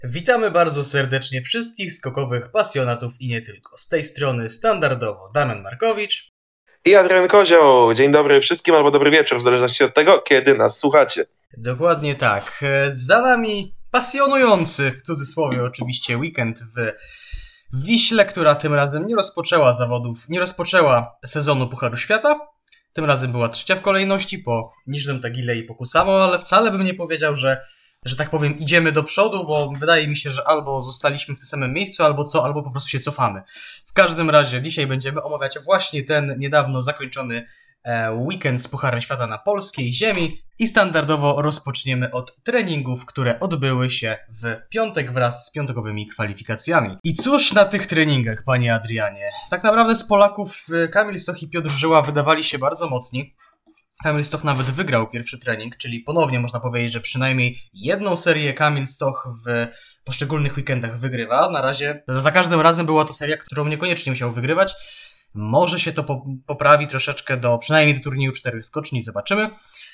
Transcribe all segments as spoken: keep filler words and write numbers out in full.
Witamy bardzo serdecznie wszystkich skokowych pasjonatów i nie tylko. Z tej strony standardowo Damian Markowicz i Adrian Kozioł. Dzień dobry wszystkim albo dobry wieczór, w zależności od tego, kiedy nas słuchacie. Dokładnie tak. Za nami pasjonujący, w cudzysłowie oczywiście, weekend w Wiśle, która tym razem nie rozpoczęła zawodów, nie rozpoczęła sezonu Pucharu Świata. Tym razem była trzecia w kolejności po Niżnym Tagile i po Kusamo, ale wcale bym nie powiedział, że że tak powiem, idziemy do przodu, bo wydaje mi się, że albo zostaliśmy w tym samym miejscu, albo co, albo po prostu się cofamy. W każdym razie dzisiaj będziemy omawiać właśnie ten niedawno zakończony weekend z Pucharem Świata na polskiej ziemi i standardowo rozpoczniemy od treningów, które odbyły się w piątek wraz z piątkowymi kwalifikacjami. I cóż na tych treningach, panie Adrianie? Tak naprawdę z Polaków Kamil Stoch i Piotr Żyła wydawali się bardzo mocni. Kamil Stoch nawet wygrał pierwszy trening, czyli ponownie można powiedzieć, że przynajmniej jedną serię Kamil Stoch w poszczególnych weekendach wygrywa. Na razie za każdym razem była to seria, którą niekoniecznie musiał wygrywać. Może się to poprawi troszeczkę do przynajmniej do turnieju czterech skoczni, zobaczymy.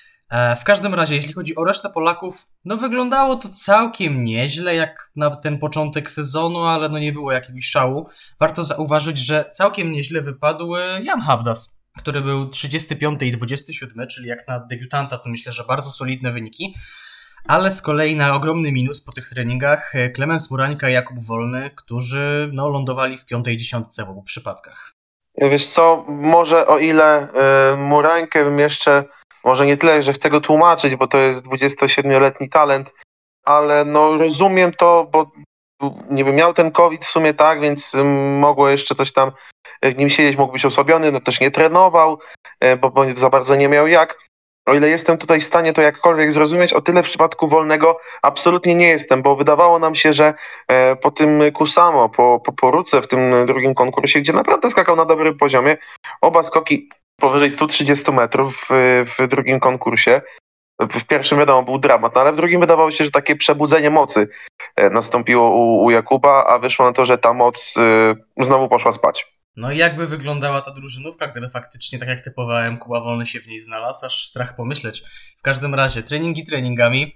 W każdym razie, jeśli chodzi o resztę Polaków, no wyglądało to całkiem nieźle jak na ten początek sezonu, ale no nie było jakiegoś szału. Warto zauważyć, że całkiem nieźle wypadł Jan Habdas, który był trzydziesty piąty i dwudziesty siódmy, czyli jak na debiutanta to myślę, że bardzo solidne wyniki, ale z kolei na ogromny minus po tych treningach Klemens Murańka i Jakub Wolny, którzy no, lądowali w piątej dziesiątce w obu przypadkach. Wiesz co, może o ile y, Murańkę bym jeszcze, może nie tyle, że chcę go tłumaczyć, bo to jest dwudziestosiedmioletni talent, ale no rozumiem to, bo nie wiem, miał ten COVID w sumie tak, więc mogło jeszcze coś tam w nim siedzieć, mógł być osłabiony, no też nie trenował, bo, bo za bardzo nie miał jak. O ile jestem tutaj w stanie to jakkolwiek zrozumieć, o tyle w przypadku Wolnego absolutnie nie jestem, bo wydawało nam się, że po tym Kusamo, po, po Poruce w tym drugim konkursie, gdzie naprawdę skakał na dobrym poziomie, oba skoki powyżej sto trzydzieści metrów w, w drugim konkursie. W pierwszym wiadomo był dramat, no ale w drugim wydawało się, że takie przebudzenie mocy nastąpiło u, u Jakuba, a wyszło na to, że ta moc y, znowu poszła spać. No i jakby wyglądała ta drużynówka, gdyby faktycznie, tak jak typowałem, Kuba Wolny się w niej znalazł, aż strach pomyśleć. W każdym razie treningi treningami,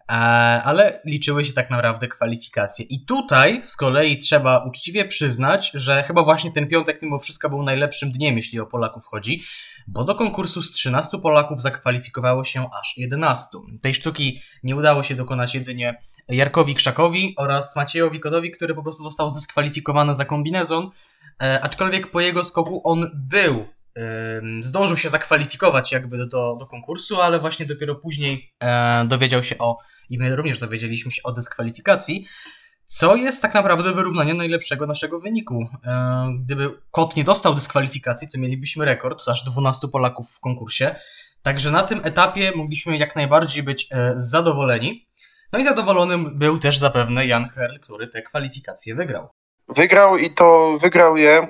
ale liczyły się tak naprawdę kwalifikacje. I tutaj z kolei trzeba uczciwie przyznać, że chyba właśnie ten piątek mimo wszystko był najlepszym dniem, jeśli o Polaków chodzi, bo do konkursu z trzynastu Polaków zakwalifikowało się aż jedenastu. Tej sztuki nie udało się dokonać jedynie Jarkowi Krzakowi oraz Maciejowi Kodowi, który po prostu został zdyskwalifikowany za kombinezon, aczkolwiek po jego skoku on był, zdążył się zakwalifikować jakby do, do konkursu, ale właśnie dopiero później dowiedział się o, i my również dowiedzieliśmy się o dyskwalifikacji, co jest tak naprawdę wyrównaniem najlepszego naszego wyniku. Gdyby Kot nie dostał dyskwalifikacji, to mielibyśmy rekord, aż dwunastu Polaków w konkursie, także na tym etapie mogliśmy jak najbardziej być zadowoleni. No i zadowolonym był też zapewne Jan Herl, który te kwalifikacje wygrał. Wygrał i to wygrał je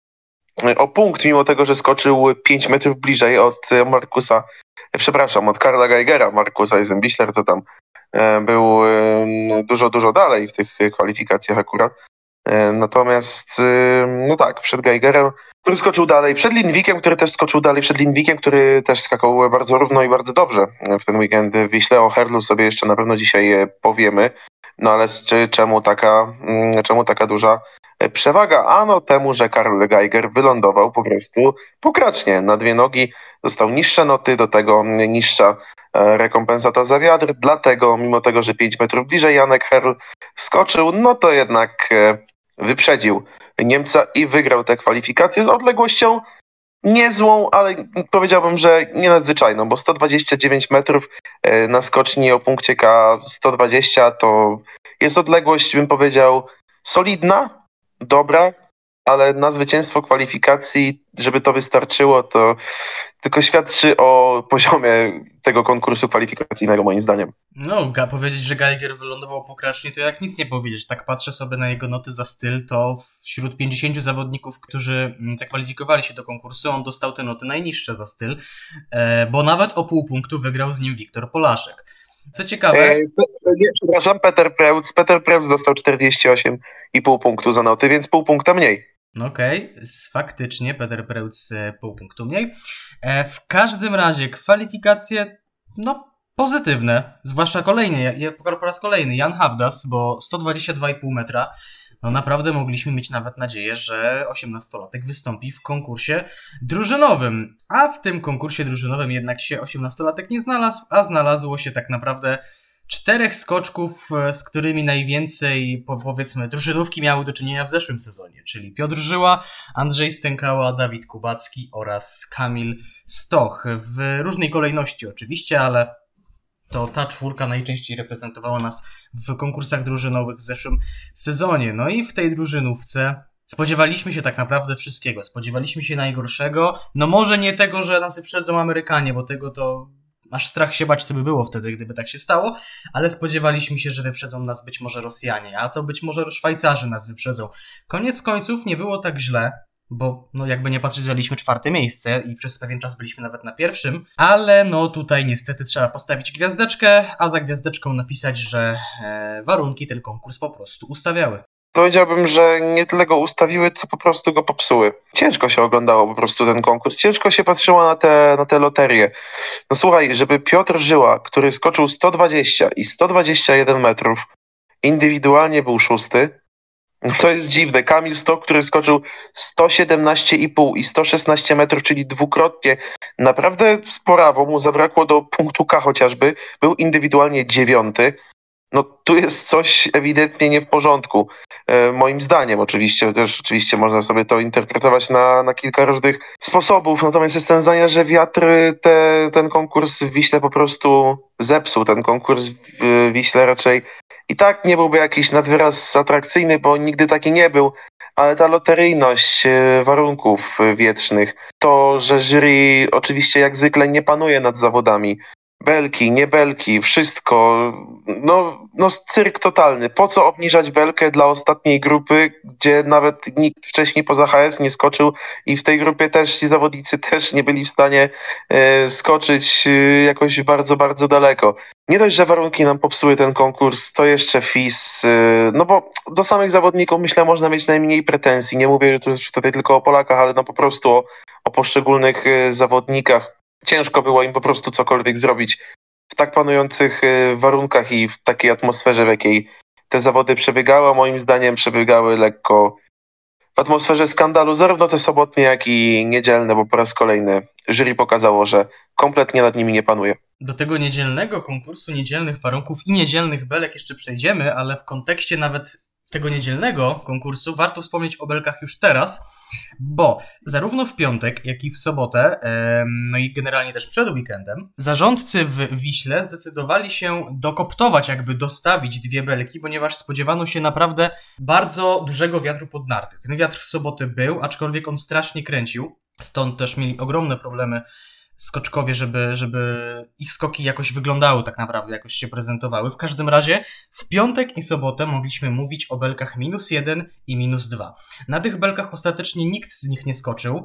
o punkt, mimo tego, że skoczył pięć metrów bliżej od Markusa, przepraszam, od Karla Geigera. Markus Eisenbichler to tam był dużo, dużo dalej w tych kwalifikacjach akurat. Natomiast, no tak, przed Geigerem, który skoczył dalej, przed Lindvikiem, który też skoczył dalej, przed Lindvikiem, który też skakał bardzo równo i bardzo dobrze w ten weekend w Wiśle. O Herlu sobie jeszcze na pewno dzisiaj powiemy. No ale czy, czemu, taka, czemu taka duża przewaga? Ano temu, że Karl Geiger wylądował po prostu pokracznie na dwie nogi, dostał niższe noty, do tego niższa rekompensata za wiatr, dlatego mimo tego, że pięć metrów bliżej Janek Herl skoczył, no to jednak wyprzedził Niemca i wygrał tę kwalifikację z odległością niezłą, ale powiedziałbym, że nie nadzwyczajną, bo sto dwadzieścia dziewięć metrów na skoczni o punkcie K sto dwadzieścia to jest odległość, bym powiedział, solidna, dobra, ale na zwycięstwo kwalifikacji, żeby to wystarczyło, to tylko świadczy o poziomie tego konkursu kwalifikacyjnego, moim zdaniem. No, powiedzieć, że Geiger wylądował pokracznie, to jak nic nie powiedzieć. Tak patrzę sobie na jego noty za styl, to wśród pięćdziesięciu zawodników, którzy zakwalifikowali się do konkursu, on dostał te noty najniższe za styl, bo nawet o pół punktu wygrał z nim Wiktor Polaszek. Co ciekawe... E, nie, przepraszam, Peter Preutz. Peter Preutz dostał czterdzieści osiem i pół punktu za noty, więc pół punkta mniej. Okej, okay. Faktycznie Peter Preutz pół punktu mniej. E, w każdym razie kwalifikacje, no pozytywne, zwłaszcza kolejny, po raz kolejny Jan Habdas, bo sto dwadzieścia dwa i pół metra, no naprawdę mogliśmy mieć nawet nadzieję, że osiemnastolatek wystąpi w konkursie drużynowym. A w tym konkursie drużynowym jednak się osiemnastolatek nie znalazł, a znalazło się tak naprawdę czterech skoczków, z którymi najwięcej, powiedzmy, drużynówki miały do czynienia w zeszłym sezonie, czyli Piotr Żyła, Andrzej Stękała, Dawid Kubacki oraz Kamil Stoch. W różnej kolejności oczywiście, ale to ta czwórka najczęściej reprezentowała nas w konkursach drużynowych w zeszłym sezonie. No i w tej drużynówce spodziewaliśmy się tak naprawdę wszystkiego. Spodziewaliśmy się najgorszego. No może nie tego, że nas wyprzedzą Amerykanie, bo tego to aż strach się bać, co by było wtedy, gdyby tak się stało, ale spodziewaliśmy się, że wyprzedzą nas być może Rosjanie, a to być może Szwajcarzy nas wyprzedzą. Koniec końców nie było tak źle, bo no jakby nie patrzeć, zajęliśmy czwarte miejsce i przez pewien czas byliśmy nawet na pierwszym, ale no tutaj niestety trzeba postawić gwiazdeczkę, a za gwiazdeczką napisać, że e, warunki ten konkurs po prostu ustawiały. Powiedziałbym, że nie tyle go ustawiły, co po prostu go popsuły. Ciężko się oglądało po prostu ten konkurs, ciężko się patrzyło na te, na te loterie. No słuchaj, żeby Piotr Żyła, który skoczył sto dwadzieścia i sto dwadzieścia jeden metrów, indywidualnie był szósty, no to jest dziwne. Kamil Stoch, który skoczył sto siedemnaście i pół i sto szesnaście metrów, czyli dwukrotnie, naprawdę sporawo mu zabrakło do punktu K chociażby, był indywidualnie dziewiąty. No tu jest coś ewidentnie nie w porządku, e, moim zdaniem oczywiście, chociaż oczywiście można sobie to interpretować na, na kilka różnych sposobów, natomiast jestem zdania, że wiatr te, ten konkurs w Wiśle po prostu zepsuł, ten konkurs w Wiśle raczej i tak nie byłby jakiś nadwyraz atrakcyjny, bo nigdy taki nie był, ale ta loteryjność e, warunków wietrznych, to, że jury oczywiście jak zwykle nie panuje nad zawodami, belki, nie belki, wszystko, no, no cyrk totalny. Po co obniżać belkę dla ostatniej grupy, gdzie nawet nikt wcześniej poza H S nie skoczył i w tej grupie też ci zawodnicy też nie byli w stanie e, skoczyć e, jakoś bardzo, bardzo daleko. Nie dość, że warunki nam popsuły ten konkurs, to jeszcze F I S, e, no bo do samych zawodników myślę można mieć najmniej pretensji. Nie mówię tu tutaj tylko o Polakach, ale no po prostu o, o poszczególnych e, zawodnikach. Ciężko było im po prostu cokolwiek zrobić w tak panujących warunkach i w takiej atmosferze, w jakiej te zawody przebiegały, a moim zdaniem przebiegały lekko w atmosferze skandalu, zarówno te sobotnie, jak i niedzielne, bo po raz kolejny jury pokazało, że kompletnie nad nimi nie panuje. Do tego niedzielnego konkursu, niedzielnych warunków i niedzielnych belek jeszcze przejdziemy, ale w kontekście nawet tego niedzielnego konkursu warto wspomnieć o belkach już teraz, bo zarówno w piątek, jak i w sobotę, no i generalnie też przed weekendem, zarządcy w Wiśle zdecydowali się dokoptować, jakby dostawić dwie belki, ponieważ spodziewano się naprawdę bardzo dużego wiatru pod narty. Ten wiatr w sobotę był, aczkolwiek on strasznie kręcił, stąd też mieli ogromne problemy skoczkowie, żeby, żeby ich skoki jakoś wyglądały tak naprawdę, jakoś się prezentowały. W każdym razie w piątek i sobotę mogliśmy mówić o belkach minus jeden i minus dwa. Na tych belkach ostatecznie nikt z nich nie skoczył,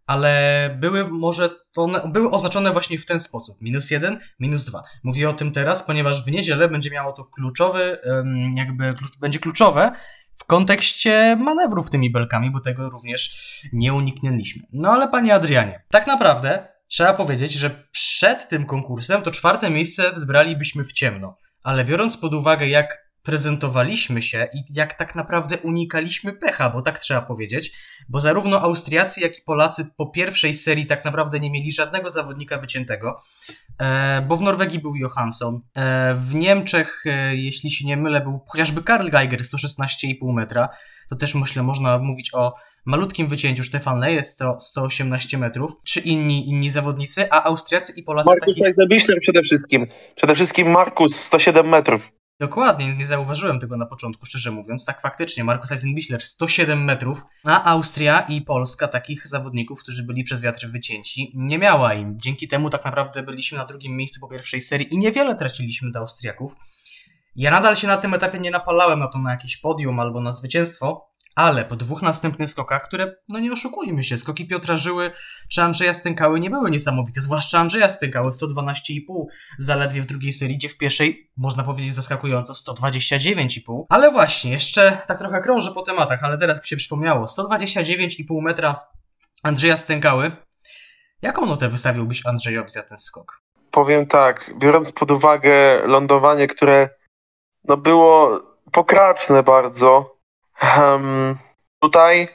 ale były może to one, były oznaczone właśnie w ten sposób. minus jeden, minus dwa. Mówię o tym teraz, ponieważ w niedzielę będzie miało to kluczowy, jakby będzie kluczowe w kontekście manewrów tymi belkami, bo tego również nie uniknęliśmy. No ale panie Adrianie, tak naprawdę trzeba powiedzieć, że przed tym konkursem to czwarte miejsce zbralibyśmy w ciemno, ale biorąc pod uwagę, jak prezentowaliśmy się i jak tak naprawdę unikaliśmy pecha, bo tak trzeba powiedzieć, bo zarówno Austriacy, jak i Polacy po pierwszej serii tak naprawdę nie mieli żadnego zawodnika wyciętego, bo w Norwegii był Johansson, w Niemczech, jeśli się nie mylę, był chociażby Karl Geiger sto szesnaście i pół metra, to też myślę można mówić o malutkim wycięciu, Stefan Leje sto osiemnaście metrów, czy inni inni zawodnicy, a Austriacy i Polacy... Markus taki... Eisenbichler przede wszystkim. Przede wszystkim Markus sto siedem metrów. Dokładnie, nie zauważyłem tego na początku, szczerze mówiąc. Tak faktycznie, Markus Eisenbichler sto siedem metrów, a Austria i Polska takich zawodników, którzy byli przez wiatr wycięci, nie miała im. Dzięki temu tak naprawdę byliśmy na drugim miejscu po pierwszej serii i niewiele traciliśmy do Austriaków. Ja nadal się na tym etapie nie napalałem na to na jakieś podium albo na zwycięstwo, ale po dwóch następnych skokach, które, no nie oszukujmy się, skoki Piotra Żyły czy Andrzeja Stękały nie były niesamowite, zwłaszcza Andrzeja Stękały, sto dwanaście i pół zaledwie w drugiej serii, gdzie w pierwszej, można powiedzieć zaskakująco, sto dwadzieścia dziewięć i pół. Ale właśnie, jeszcze tak trochę krążę po tematach, ale teraz mi się przypomniało, sto dwadzieścia dziewięć i pół metra Andrzeja Stękały. Jaką notę wystawiłbyś Andrzejowi za ten skok? powiem tak, biorąc pod uwagę lądowanie, które no było pokraczne bardzo, um, tutaj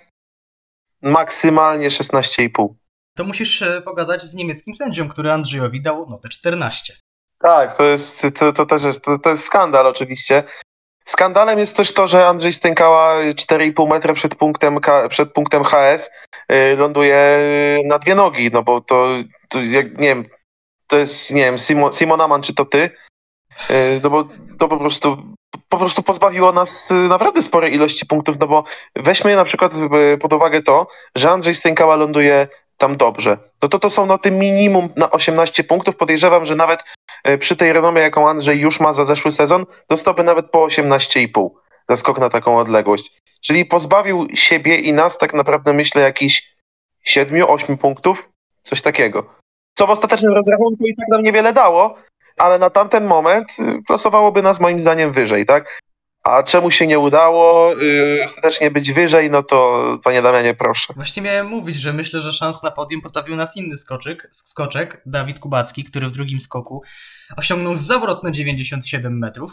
maksymalnie szesnaście i pół. To musisz pogadać z niemieckim sędzią, który Andrzejowi dał notę czternaście. Tak, to jest, to, to też jest, to, to jest skandal oczywiście. Skandalem jest też to, że Andrzej Stękała cztery i pół metra przed punktem, K, przed punktem H S yy, ląduje na dwie nogi, no bo to, to jak, nie wiem, to jest, nie wiem, Simo, Simon Aman, czy to ty? Yy, no bo to po prostu, po prostu pozbawiło nas naprawdę sporej ilości punktów, no bo weźmy na przykład pod uwagę to, że Andrzej Stękała ląduje tam dobrze. No to to są noty minimum na osiemnaście punktów. Podejrzewam, że nawet przy tej renomie, jaką Andrzej już ma za zeszły sezon, dostałby nawet po osiemnaście i pół za skok na taką odległość. Czyli pozbawił siebie i nas tak naprawdę, myślę, jakichś siedmiu, ośmiu punktów, coś takiego. Co w ostatecznym rozrachunku i tak nam niewiele dało, ale na tamten moment klasowałoby nas moim zdaniem wyżej, tak? A czemu się nie udało yy, ostatecznie być wyżej, no to panie Damianie, proszę. Właśnie miałem mówić, że myślę, że szans na podium postawił nas inny skoczek, skoczek, Dawid Kubacki, który w drugim skoku osiągnął zawrotne dziewięćdziesiąt siedem metrów,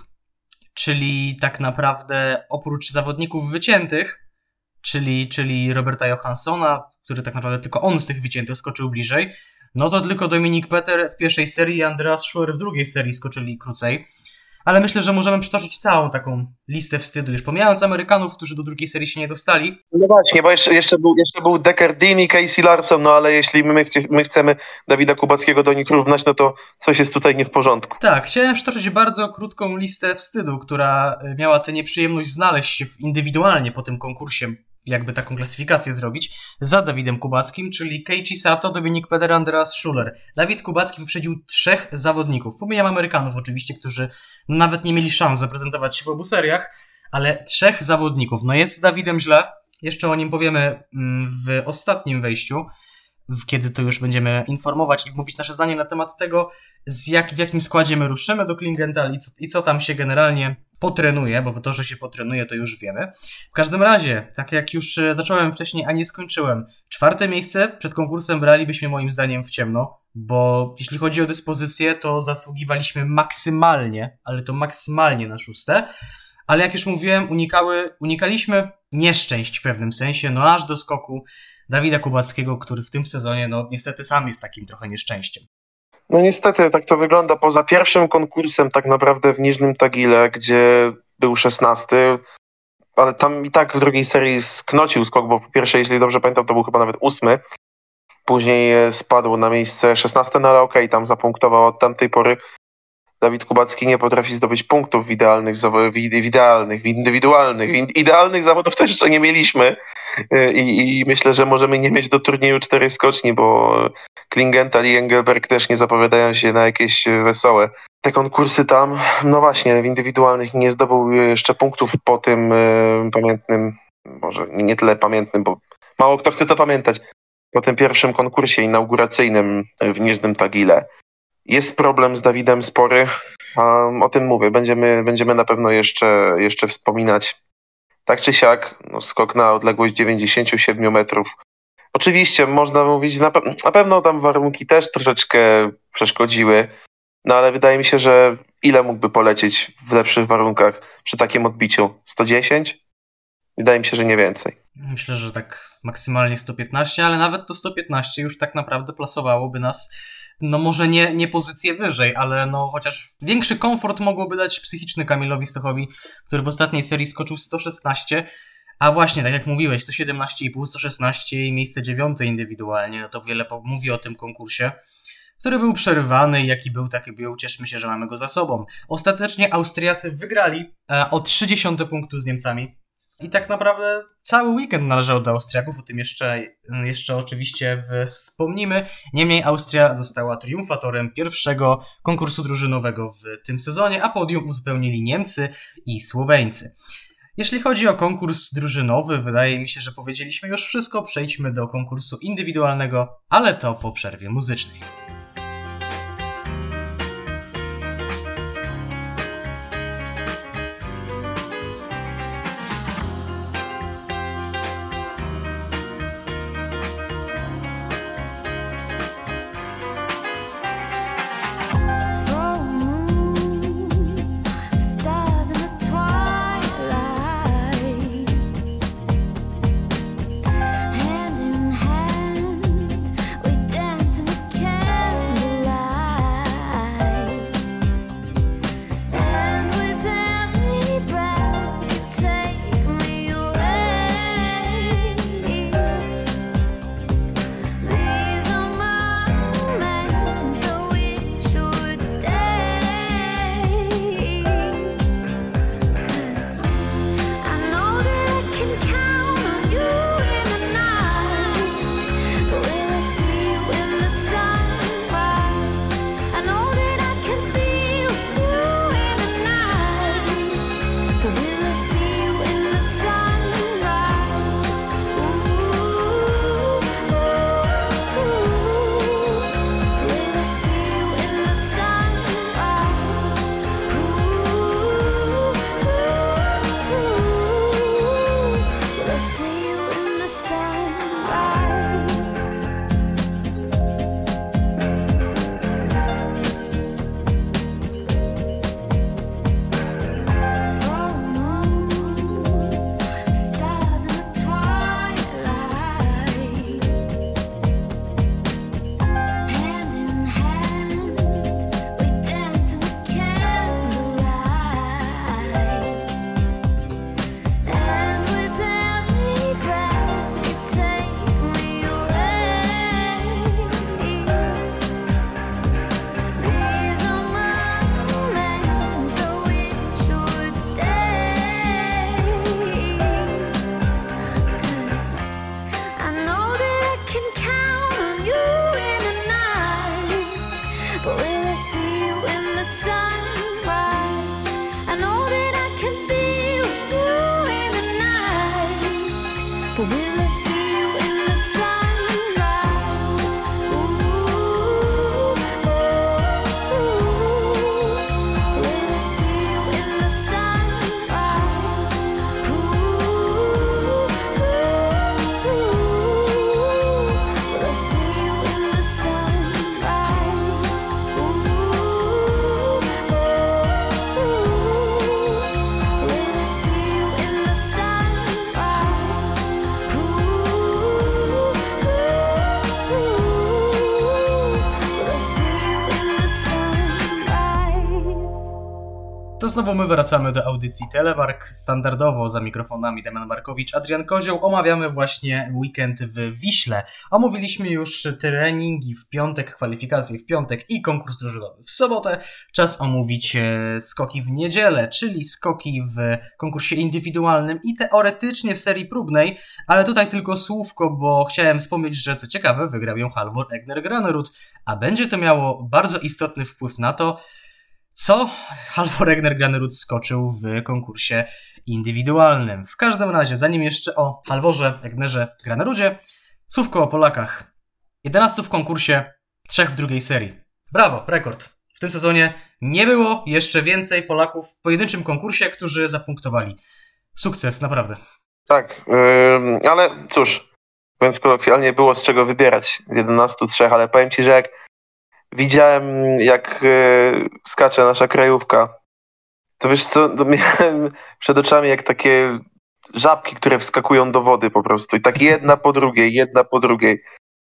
czyli tak naprawdę oprócz zawodników wyciętych, czyli, czyli Roberta Johanssona, który tak naprawdę tylko on z tych wyciętych skoczył bliżej, no to tylko Dominik Peter w pierwszej serii i Andreas Schuer w drugiej serii skoczyli krócej. Ale myślę, że możemy przytoczyć całą taką listę wstydu, już pomijając Amerykanów, którzy do drugiej serii się nie dostali. No właśnie, bo jeszcze, jeszcze był, jeszcze był Decker Dean i Casey Larson, no ale jeśli my, my chcemy Dawida Kubackiego do nich równać, no to coś jest tutaj nie w porządku. Tak, chciałem przytoczyć bardzo krótką listę wstydu, która miała tę nieprzyjemność znaleźć się indywidualnie po tym konkursie, jakby taką klasyfikację zrobić, za Dawidem Kubackim, czyli Keiichi Sato, Dominik Peter, Andreas Schuler. Dawid Kubacki wyprzedził trzech zawodników. Pomijam Amerykanów oczywiście, którzy nawet nie mieli szans zaprezentować się w obu seriach, ale trzech zawodników. No jest z Dawidem źle, jeszcze o nim powiemy w ostatnim wejściu, kiedy to już będziemy informować i mówić nasze zdanie na temat tego, z jak, w jakim składzie my ruszymy do Klingenthal i co, i co tam się generalnie potrenuje, bo to, że się potrenuje, to już wiemy. W każdym razie, tak jak już zacząłem wcześniej, a nie skończyłem, czwarte miejsce przed konkursem bralibyśmy moim zdaniem w ciemno, bo jeśli chodzi o dyspozycję, to zasługiwaliśmy maksymalnie, ale to maksymalnie na szóste, ale jak już mówiłem, unikały, unikaliśmy nieszczęść w pewnym sensie, no aż do skoku Dawida Kubackiego, który w tym sezonie, no niestety sam jest takim trochę nieszczęściem. No niestety, tak to wygląda. Poza pierwszym konkursem tak naprawdę w Niżnym Tagile, gdzie był szesnasty, ale tam i tak w drugiej serii sknocił skok, bo po pierwszej, jeśli dobrze pamiętam, to był chyba nawet ósmy. Później spadł na miejsce szesnaste, no ale okej, okay, tam zapunktował od tamtej pory. Dawid Kubacki nie potrafi zdobyć punktów w idealnych, w idealnych, w indywidualnych. W idealnych zawodów też jeszcze nie mieliśmy. I, I myślę, że możemy nie mieć do turnieju cztery skoczni, bo Klingenthal i Engelberg też nie zapowiadają się na jakieś wesołe. Te konkursy tam, no właśnie, w indywidualnych nie zdobył jeszcze punktów po tym y, pamiętnym, może nie tyle pamiętnym, bo mało kto chce to pamiętać, po tym pierwszym konkursie inauguracyjnym w Niżnym Tagile. Jest problem z Dawidem spory, um, o tym mówię, będziemy, będziemy na pewno jeszcze, jeszcze wspominać. Tak czy siak, no, skok na odległość dziewięćdziesiąt siedem metrów. Oczywiście można mówić, na, pe- na pewno tam warunki też troszeczkę przeszkodziły, no ale wydaje mi się, że ile mógłby polecieć w lepszych warunkach przy takim odbiciu? sto dziesięć? Wydaje mi się, że nie więcej. Myślę, że tak maksymalnie sto piętnaście, ale nawet to sto piętnaście już tak naprawdę plasowałoby nas, no może nie, nie pozycję wyżej, ale no chociaż większy komfort mogłoby dać psychiczny Kamilowi Stochowi, który w ostatniej serii skoczył sto szesnaście, a właśnie, tak jak mówiłeś, sto siedemnaście i pół, sto szesnaście i miejsce dziewiąte indywidualnie, no to wiele mówi o tym konkursie, który był przerywany i jaki był, taki był, cieszmy się, że mamy go za sobą. Ostatecznie Austriacy wygrali e, o trzydzieści punktów z Niemcami. I tak naprawdę cały weekend należał do Austriaków, o tym jeszcze, jeszcze oczywiście wspomnimy. Niemniej Austria została triumfatorem pierwszego konkursu drużynowego w tym sezonie, a podium uzupełnili Niemcy i Słoweńcy. Jeśli chodzi o konkurs drużynowy, wydaje mi się, że powiedzieliśmy już wszystko. Przejdźmy do konkursu indywidualnego, ale to po przerwie muzycznej. But will I see you in the sunrise? Ooh, will I see you in the sunrise? Ooh, will I see you in the sunrise? Ooh, will I see you in the sunrise? Ooh, will I see you in the sunrise? To znowu my wracamy do audycji Telemark. Standardowo za mikrofonami Damian Markowicz, Adrian Kozioł. Omawiamy właśnie weekend w Wiśle. Omówiliśmy już treningi w piątek, kwalifikacje w piątek i konkurs drużynowy w sobotę. Czas omówić e, skoki w niedzielę, czyli skoki w konkursie indywidualnym i teoretycznie w serii próbnej, ale tutaj tylko słówko, bo chciałem wspomnieć, że co ciekawe wygrał ją Halvor Egner Granerud, a będzie to miało bardzo istotny wpływ na to, co Halvor Egner Granerud skoczył w konkursie indywidualnym. W każdym razie, zanim jeszcze o Halvorze Egnerze Granerudzie, słówko o Polakach. jedenastu w konkursie, trzech w drugiej serii. Brawo, rekord. W tym sezonie nie było jeszcze więcej Polaków w pojedynczym konkursie, którzy zapunktowali. Sukces, naprawdę. Tak, yy, ale cóż, więc kolokwialnie było z czego wybierać z jedenastu trzech, ale powiem ci, że jak widziałem, jak yy, skacze nasza krajówka, to wiesz co, to miałem przed oczami jak takie żabki, które wskakują do wody po prostu i tak jedna po drugiej, jedna po drugiej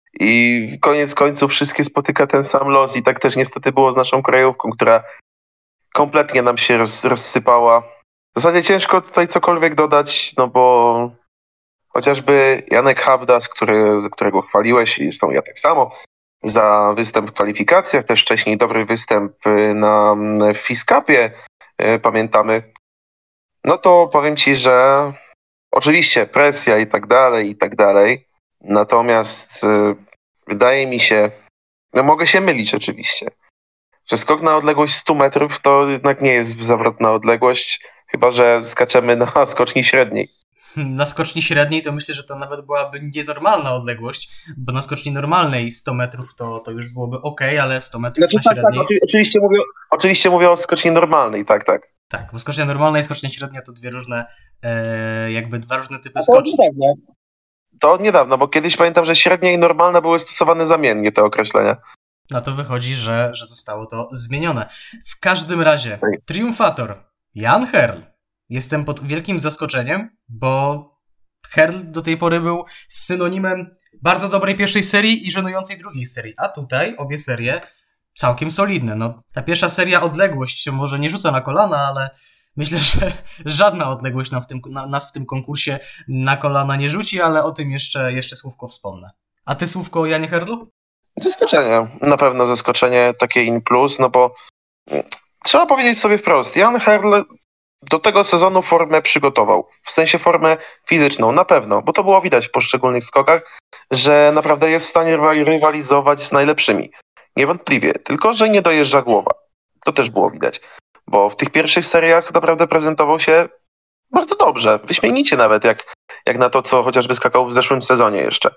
i koniec końców wszystkie spotyka ten sam los i tak też niestety było z naszą krajówką, która kompletnie nam się roz, rozsypała. W zasadzie ciężko tutaj cokolwiek dodać, no bo chociażby Janek Habdas, który, którego chwaliłeś i zresztą ja tak samo, za występ w kwalifikacjach, też wcześniej dobry występ na Fiskapie, pamiętamy, no to powiem ci, że oczywiście presja i tak dalej, i tak dalej, natomiast wydaje mi się, no mogę się mylić oczywiście, że skok na odległość stu metrów to jednak nie jest zawrotna odległość, chyba że skaczemy na skoczni średniej. Na skoczni średniej to myślę, że to nawet byłaby nienormalna odległość, bo na skoczni normalnej sto metrów to, to już byłoby ok, ale sto metrów Znaczy, na tak, średniej... tak, oczy, oczywiście, mówię, oczywiście mówię o skoczni normalnej, tak, tak. Tak, bo skocznia normalna i skocznia średnia to dwie różne, e, jakby dwa różne typy A to skoczni. niedawno. To od niedawna, bo kiedyś pamiętam, że średnia i normalna były stosowane zamiennie, te określenia. No to wychodzi, że, że zostało to zmienione. W każdym razie, triumfator Jan Herl. Jestem pod wielkim zaskoczeniem, bo Herl do tej pory był synonimem bardzo dobrej pierwszej serii i żenującej drugiej serii, a tutaj obie serie całkiem solidne. No, ta pierwsza seria odległość się może nie rzuca na kolana, ale myślę, że żadna odległość nam w tym, na, nas w tym konkursie na kolana nie rzuci, ale o tym jeszcze, jeszcze słówko wspomnę. A ty słówko o Janie Herlu? Zaskoczenie, na pewno zaskoczenie takie in plus, no bo trzeba powiedzieć sobie wprost, Jan Herl do tego sezonu formę przygotował, w sensie formę fizyczną, na pewno, bo to było widać w poszczególnych skokach, że naprawdę jest w stanie rywalizować z najlepszymi. Niewątpliwie, tylko że nie dojeżdża głowa. To też było widać, bo w tych pierwszych seriach naprawdę prezentował się bardzo dobrze, wyśmienicie nawet, jak, jak na to, co chociażby skakał w zeszłym sezonie jeszcze.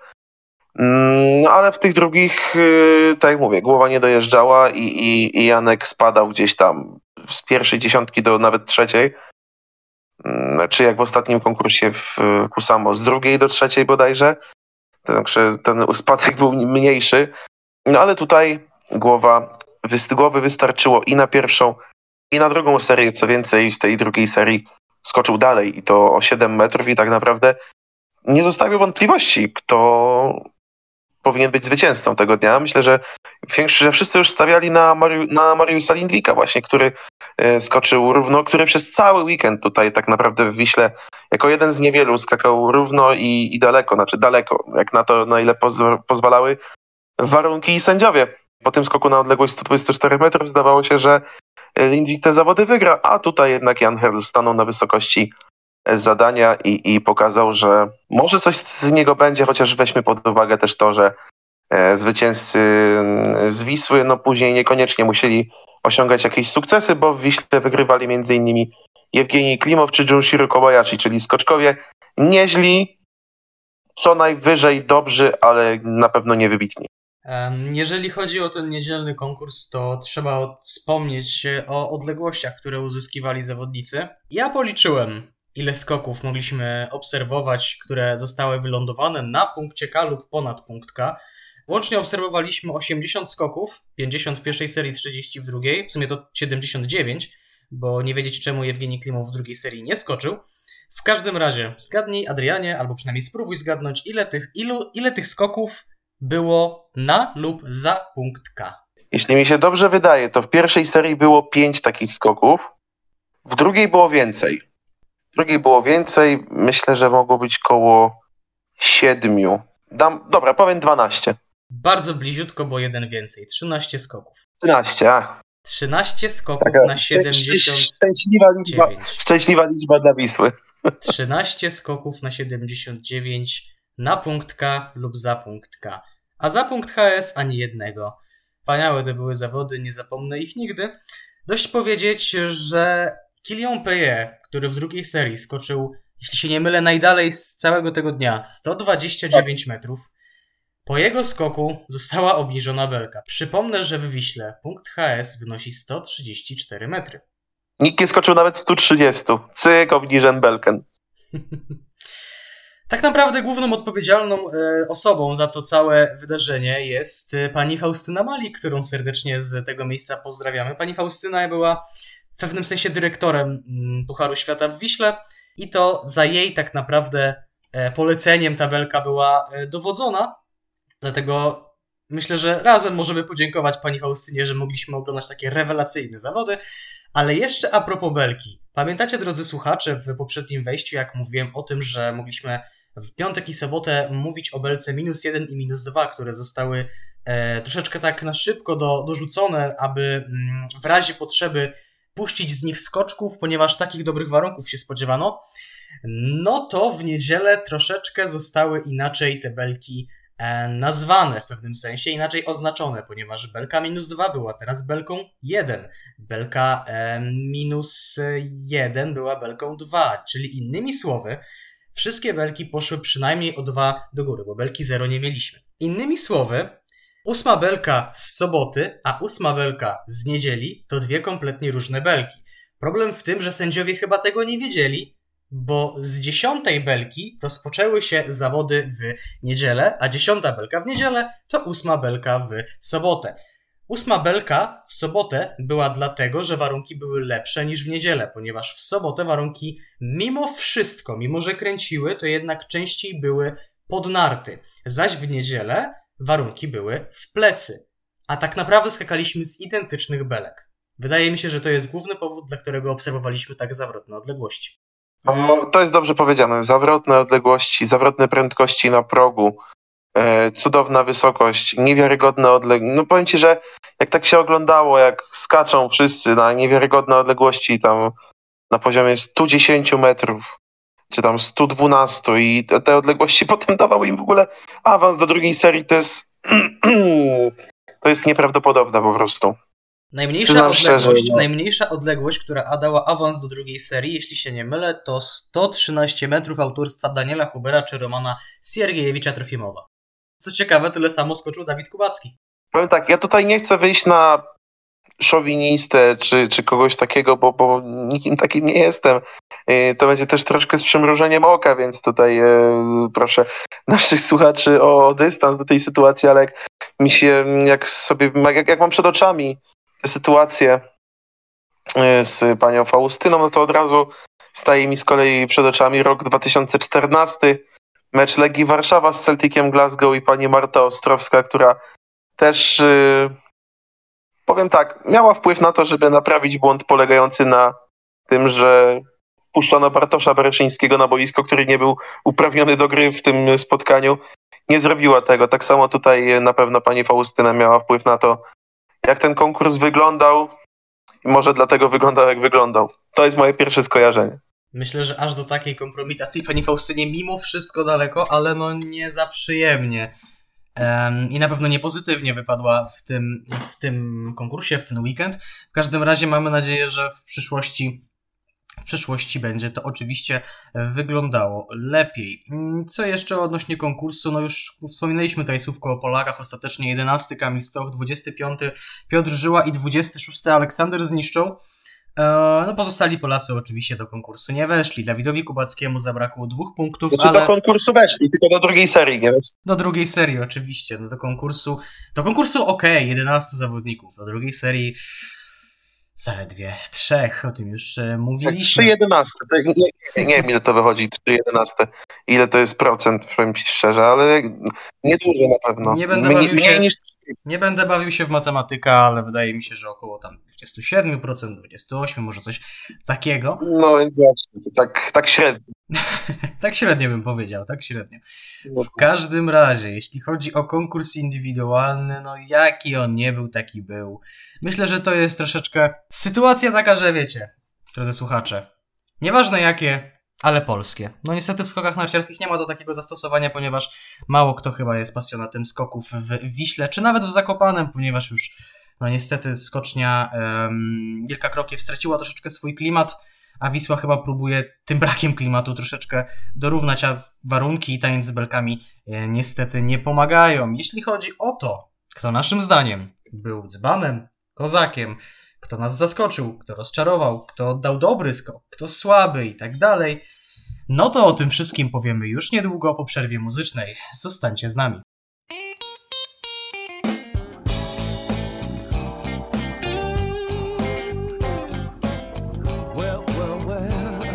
No ale w tych drugich, tak jak mówię, głowa nie dojeżdżała i, i, i Janek spadał gdzieś tam z pierwszej dziesiątki do nawet trzeciej, czy jak w ostatnim konkursie w Kusamo z drugiej do trzeciej bodajże, także ten spadek był mniejszy, no ale tutaj głowa, głowy wystarczyło i na pierwszą, i na drugą serię, co więcej z tej drugiej serii skoczył dalej i to o siedem metrów i tak naprawdę nie zostawił wątpliwości, kto powinien być zwycięzcą tego dnia. Myślę, że, że wszyscy już stawiali na, Mariu, na Mariusa Lindwika właśnie, który e, skoczył równo, który przez cały weekend tutaj tak naprawdę w Wiśle jako jeden z niewielu skakał równo i, i daleko, znaczy daleko, jak na to, na ile poz- pozwalały warunki i sędziowie. Po tym skoku na odległość sto dwadzieścia cztery metrów zdawało się, że Lindwik te zawody wygra, a tutaj jednak Jan Herl stanął na wysokości zadania i, i pokazał, że może coś z niego będzie, chociaż weźmy pod uwagę też to, że e, zwycięzcy z Wisły no później niekoniecznie musieli osiągać jakieś sukcesy, bo w Wiśle wygrywali między innymi Jewgenij Klimow czy Junshiro Kobayashi, czyli skoczkowie nieźli, co najwyżej dobrzy, ale na pewno nie wybitni. Em, Jeżeli chodzi o ten niedzielny konkurs, to trzeba o- wspomnieć o odległościach, które uzyskiwali zawodnicy. Ja policzyłem, ile skoków mogliśmy obserwować, które zostały wylądowane na punkcie K lub ponad punkt K. Łącznie obserwowaliśmy osiemdziesiąt skoków, pięćdziesiąt w pierwszej serii, trzydzieści w drugiej, w sumie to siedemdziesiąt dziewięć, bo nie wiedzieć czemu Jewgeni Klimow w drugiej serii nie skoczył. W każdym razie, zgadnij, Adrianie, albo przynajmniej spróbuj zgadnąć, ile tych, ilu, ile tych skoków było na lub za punkt K. Jeśli mi się dobrze wydaje, to w pierwszej serii było pięć takich skoków, w drugiej było więcej. W drugiej było więcej, myślę, że mogło być koło siedmiu. Dam, dobra, powiem dwanaście. Bardzo bliziutko, bo jeden więcej. trzynaście skoków. trzynaście, a. trzynaście skoków Taka na siedemdziesiąt szczęśliwa liczba, dziewięć. szczęśliwa liczba dla Wisły. trzynaście skoków na siedemdziesiąt dziewięć na punkt K lub za punkt K. A za punkt H S ani jednego. Wspaniałe to były zawody, nie zapomnę ich nigdy. Dość powiedzieć, że Kylian Payet, który w drugiej serii skoczył, jeśli się nie mylę, najdalej z całego tego dnia, sto dwadzieścia dziewięć metrów, po jego skoku została obniżona belka. Przypomnę, że w Wiśle punkt H S wynosi sto trzydzieści cztery metry. Nikt nie skoczył nawet sto trzydzieści. Cyk, obniżen belken. Tak naprawdę główną odpowiedzialną e, osobą za to całe wydarzenie jest e, pani Faustyna Malik, którą serdecznie z tego miejsca pozdrawiamy. Pani Faustyna była w pewnym sensie dyrektorem mm, Pucharu Świata w Wiśle i to za jej tak naprawdę e, poleceniem ta belka była e, dowodzona. Dlatego myślę, że razem możemy podziękować pani Faustynie, że mogliśmy oglądać takie rewelacyjne zawody. Ale jeszcze a propos belki. Pamiętacie, drodzy słuchacze, w poprzednim wejściu, jak mówiłem o tym, że mogliśmy w piątek i sobotę mówić o belce minus jeden i minus dwa, które zostały e, troszeczkę tak na szybko do, dorzucone, aby mm, w razie potrzeby puścić z nich skoczków, ponieważ takich dobrych warunków się spodziewano. No to w niedzielę troszeczkę zostały inaczej te belki e, nazwane w pewnym sensie, inaczej oznaczone, ponieważ belka minus dwa była teraz belką jeden. Belka e, minus jeden była belką dwa, czyli innymi słowy, wszystkie belki poszły przynajmniej o dwa do góry, bo belki zero nie mieliśmy. Innymi słowy, ósma belka z soboty, a ósma belka z niedzieli to dwie kompletnie różne belki. Problem w tym, że sędziowie chyba tego nie wiedzieli, bo z dziesiątej belki rozpoczęły się zawody w niedzielę, a dziesiąta belka w niedzielę to ósma belka w sobotę. Ósma belka w sobotę była dlatego, że warunki były lepsze niż w niedzielę, ponieważ w sobotę warunki mimo wszystko, mimo że kręciły, to jednak częściej były pod narty, zaś w niedzielę warunki były w plecy, a tak naprawdę skakaliśmy z identycznych belek. Wydaje mi się, że to jest główny powód, dla którego obserwowaliśmy tak zawrotne odległości. No, to jest dobrze powiedziane. Zawrotne odległości, zawrotne prędkości na progu, e, cudowna wysokość, niewiarygodne odległości. No powiem ci, że jak tak się oglądało, jak skaczą wszyscy na niewiarygodne odległości tam na poziomie sto dziesięć metrów, czy tam sto dwanaście i te, te odległości potem dawały im w ogóle awans do drugiej serii, to jest to jest nieprawdopodobne po prostu. Najmniejsza Przyznam odległość, szczerze, no. najmniejsza odległość, która dała awans do drugiej serii, jeśli się nie mylę, to sto trzynaście metrów autorstwa Daniela Hubera czy Romana Siergiejewicza Trofimowa. Co ciekawe, tyle samo skoczył Dawid Kubacki. Powiem tak, ja tutaj nie chcę wyjść na szowinistę czy, czy kogoś takiego, bo, bo nikim takim nie jestem. Yy, To będzie też troszkę z przymrużeniem oka, więc tutaj yy, proszę naszych słuchaczy o dystans do tej sytuacji, ale jak mi się, jak sobie, jak, jak mam przed oczami tę sytuację yy, z panią Faustyną, no to od razu staje mi z kolei przed oczami rok dwa tysiące czternasty, mecz Legii Warszawa z Celticiem Glasgow i pani Marta Ostrowska, która też yy, powiem tak, miała wpływ na to, żeby naprawić błąd polegający na tym, że wpuszczono Bartosza Bereszyńskiego na boisko, który nie był uprawniony do gry w tym spotkaniu. Nie zrobiła tego. Tak samo tutaj na pewno pani Faustyna miała wpływ na to, jak ten konkurs wyglądał i może dlatego wyglądał, jak wyglądał. To jest moje pierwsze skojarzenie. Myślę, że aż do takiej kompromitacji pani Faustynie mimo wszystko daleko, ale no nie za przyjemnie. Um, I na pewno nie pozytywnie wypadła w tym, w tym konkursie, w ten weekend. W każdym razie mamy nadzieję, że w przyszłości w przyszłości będzie to oczywiście wyglądało lepiej. Co jeszcze odnośnie konkursu? No już wspominaliśmy tutaj słówko o Polakach. Ostatecznie jedenasty Kamil Stoch, dwudziesty piąty Piotr Żyła i dwudziesty szósty Aleksander Zniszczą. No pozostali Polacy oczywiście do konkursu nie weszli. Dawidowi Kubackiemu zabrakło dwóch punktów, Znaczy ale... do konkursu weszli, tylko do drugiej serii, nie wiesz? Do drugiej serii oczywiście, no do konkursu... Do konkursu okej, okay, jedenastu zawodników. Do drugiej serii zaledwie trzech, o tym już mówiliśmy. trzy jedenaste, to nie, nie, nie wiem ile to wychodzi, trzy jedenaste, ile to jest procent, powiem ci szczerze, ale niedużo na pewno. Nie będę Mniej, bawił mniej się... niż... Nie będę bawił się w matematykę, ale wydaje mi się, że około tam dwadzieścia siedem procent, dwadzieścia osiem procent, może coś takiego. No więc właśnie, to tak, tak średnio. Tak średnio bym powiedział, tak średnio. W każdym razie, jeśli chodzi o konkurs indywidualny, no jaki on nie był, taki był. Myślę, że to jest troszeczkę sytuacja taka, że wiecie, drodzy słuchacze, nieważne jakie, ale polskie. No niestety w skokach narciarskich nie ma do takiego zastosowania, ponieważ mało kto chyba jest pasjonatem skoków w Wiśle, czy nawet w Zakopanem, ponieważ już no niestety skocznia um, Wielka Krokiew straciła troszeczkę swój klimat, a Wisła chyba próbuje tym brakiem klimatu troszeczkę dorównać, a warunki i taniec z belkami e, niestety nie pomagają. Jeśli chodzi o to, kto naszym zdaniem był dzbanem, kozakiem, kto nas zaskoczył, kto rozczarował, kto oddał dobry skok, kto słaby i tak dalej, no to o tym wszystkim powiemy już niedługo po przerwie muzycznej. Zostańcie z nami. Well, well, well.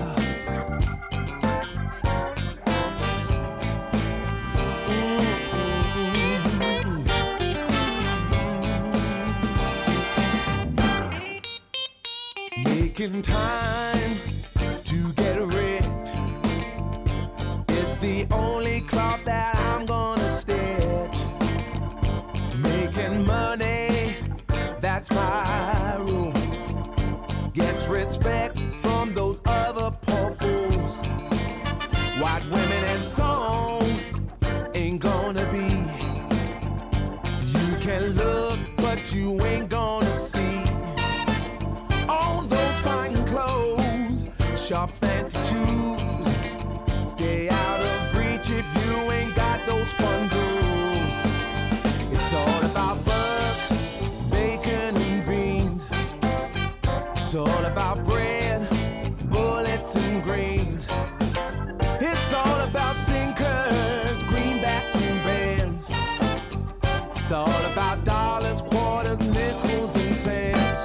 Making time to get rich is the only cloth that I'm gonna stitch. Making money, that's my rule. Gets respect from those other poor fools. White women and song ain't gonna be. You can look, but you ain't gonna see. All those fine clothes, sharp fancy shoes. Stay out of reach if you ain't got those bundles. It's all about bugs, bacon and beans. It's all about bread, bullets and grains. It's all about sinkers, greenbacks and bands. It's all about dollars, quarters, nickels and cents.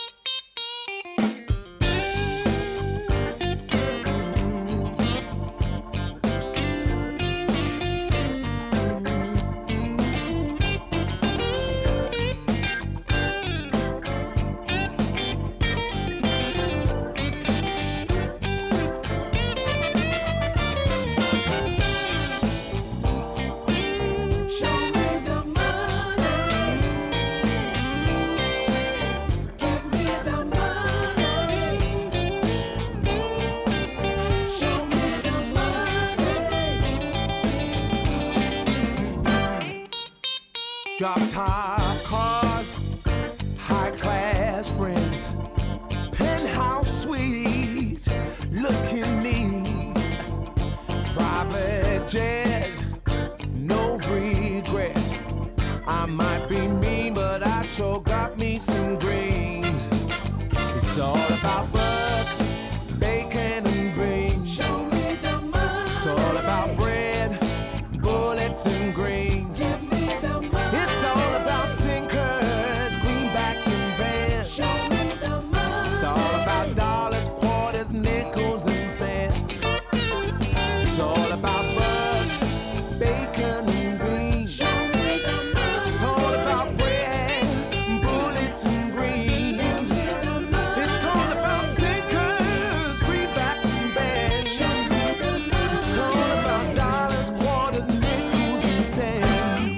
Drop top cars, high class friends, penthouse suites, looking neat, private jets, no regrets. I might be mean, but I sure got me some greens. It's all about bugs, bacon and beans. Show me the money. It's all about bread, bullets and greens. Give me the money. It's all about sinkers, greenbacks and bands. Show me the money. It's all about dollars, quarters, nickels and cents. It's all about bugs, bacon and beans. Show me the money. It's all about bread, bullets and greens. Give me the money. It's all about sinkers, greenbacks and bands. Show me the money. It's all about dollars, quarters, nickels and cents.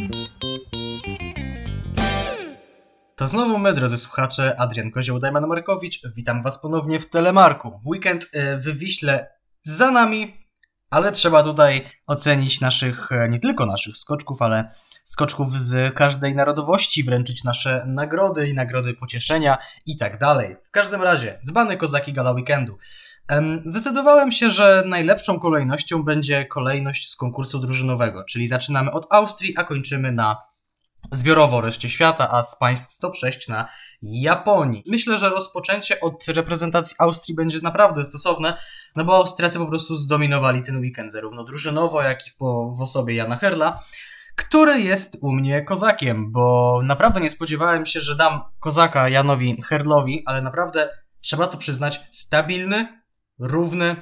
To znowu my, drodzy słuchacze, Adrian Kozioł, Dajman Markowicz. Witam was ponownie w Telemarku. Weekend w Wiśle za nami, ale trzeba tutaj ocenić naszych, nie tylko naszych skoczków, ale skoczków z każdej narodowości, wręczyć nasze nagrody i nagrody pocieszenia i tak dalej. W każdym razie, dzbany kozaki gala weekendu. Em, Zdecydowałem się, że najlepszą kolejnością będzie kolejność z konkursu drużynowego, czyli zaczynamy od Austrii, a kończymy na zbiorowo reszcie świata, a z państw stop sześć na Japonii. Myślę, że rozpoczęcie od reprezentacji Austrii będzie naprawdę stosowne, no bo Austriacy po prostu zdominowali ten weekend zarówno drużynowo, jak i w, w osobie Jana Herla, który jest u mnie kozakiem, bo naprawdę nie spodziewałem się, że dam kozaka Janowi Herlowi, ale naprawdę trzeba to przyznać, stabilny, równy,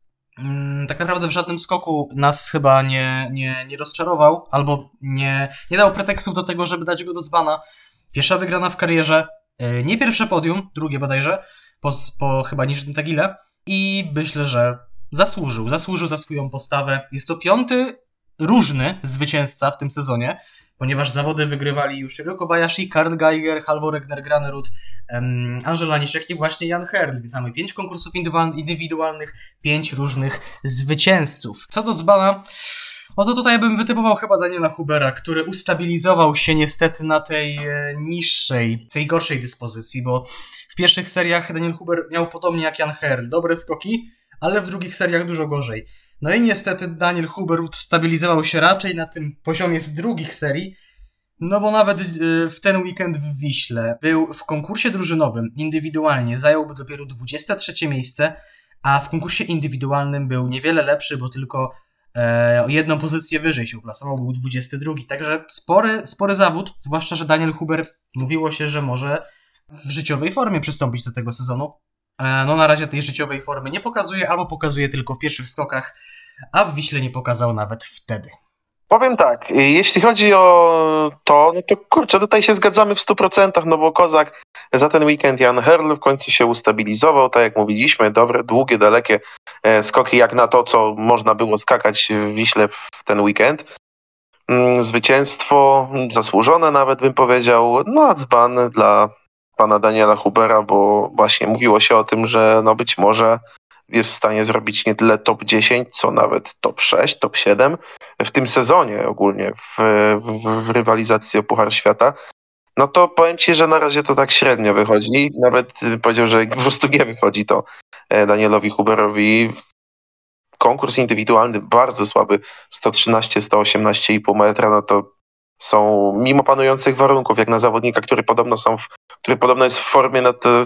mm, tak naprawdę w żadnym skoku nas chyba nie, nie, nie rozczarował, albo nie, nie dał pretekstów do tego, żeby dać go do dzbana. Pierwsza wygrana w karierze, yy, nie pierwsze podium, drugie bodajże, po, po chyba niższym Tagile i myślę, że zasłużył, zasłużył za swoją postawę. Jest to piąty różny zwycięzca w tym sezonie, ponieważ zawody wygrywali już Shiro Kobayashi, Karl Geiger, Halvor Egner Granerud, um, Angela Niszek i właśnie Jan Herl. Więc mamy pięć konkursów indywidualnych, pięć różnych zwycięzców. Co do dzbana, no to tutaj bym wytypował chyba Daniela Hubera, który ustabilizował się niestety na tej e, niższej, tej gorszej dyspozycji, bo w pierwszych seriach Daniel Huber miał podobnie jak Jan Herl dobre skoki, ale w drugich seriach dużo gorzej. No i niestety Daniel Huber stabilizował się raczej na tym poziomie z drugich serii, no bo nawet w ten weekend w Wiśle był w konkursie drużynowym indywidualnie, zająłby dopiero dwudzieste trzecie miejsce, a w konkursie indywidualnym był niewiele lepszy, bo tylko e, o jedną pozycję wyżej się uplasował, był dwudziesty drugi. Także spory, spory zawód, zwłaszcza, że Daniel Huber mówiło się, że może w życiowej formie przystąpić do tego sezonu. No na razie tej życiowej formy nie pokazuje, albo pokazuje tylko w pierwszych skokach, a w Wiśle nie pokazał nawet wtedy. Powiem tak, jeśli chodzi o to, no to kurczę, tutaj się zgadzamy w stu procentach, no bo kozak za ten weekend Jan Herl w końcu się ustabilizował, tak jak mówiliśmy, dobre, długie, dalekie skoki jak na to, co można było skakać w Wiśle w ten weekend. Zwycięstwo zasłużone nawet bym powiedział, no a dzban dla pana Daniela Hubera, bo właśnie mówiło się o tym, że no być może jest w stanie zrobić nie tyle top dziesięć, co nawet top sześć, top siedem w tym sezonie ogólnie w, w, w rywalizacji o Puchar Świata. No to powiem ci, że na razie to tak średnio wychodzi. Nawet powiedział, że po prostu nie wychodzi to Danielowi Huberowi. Konkurs indywidualny bardzo słaby, sto trzynaście sto osiemnaście i pół metra, no to są mimo panujących warunków, jak na zawodnika, który podobno są w, który podobno jest w formie, no to,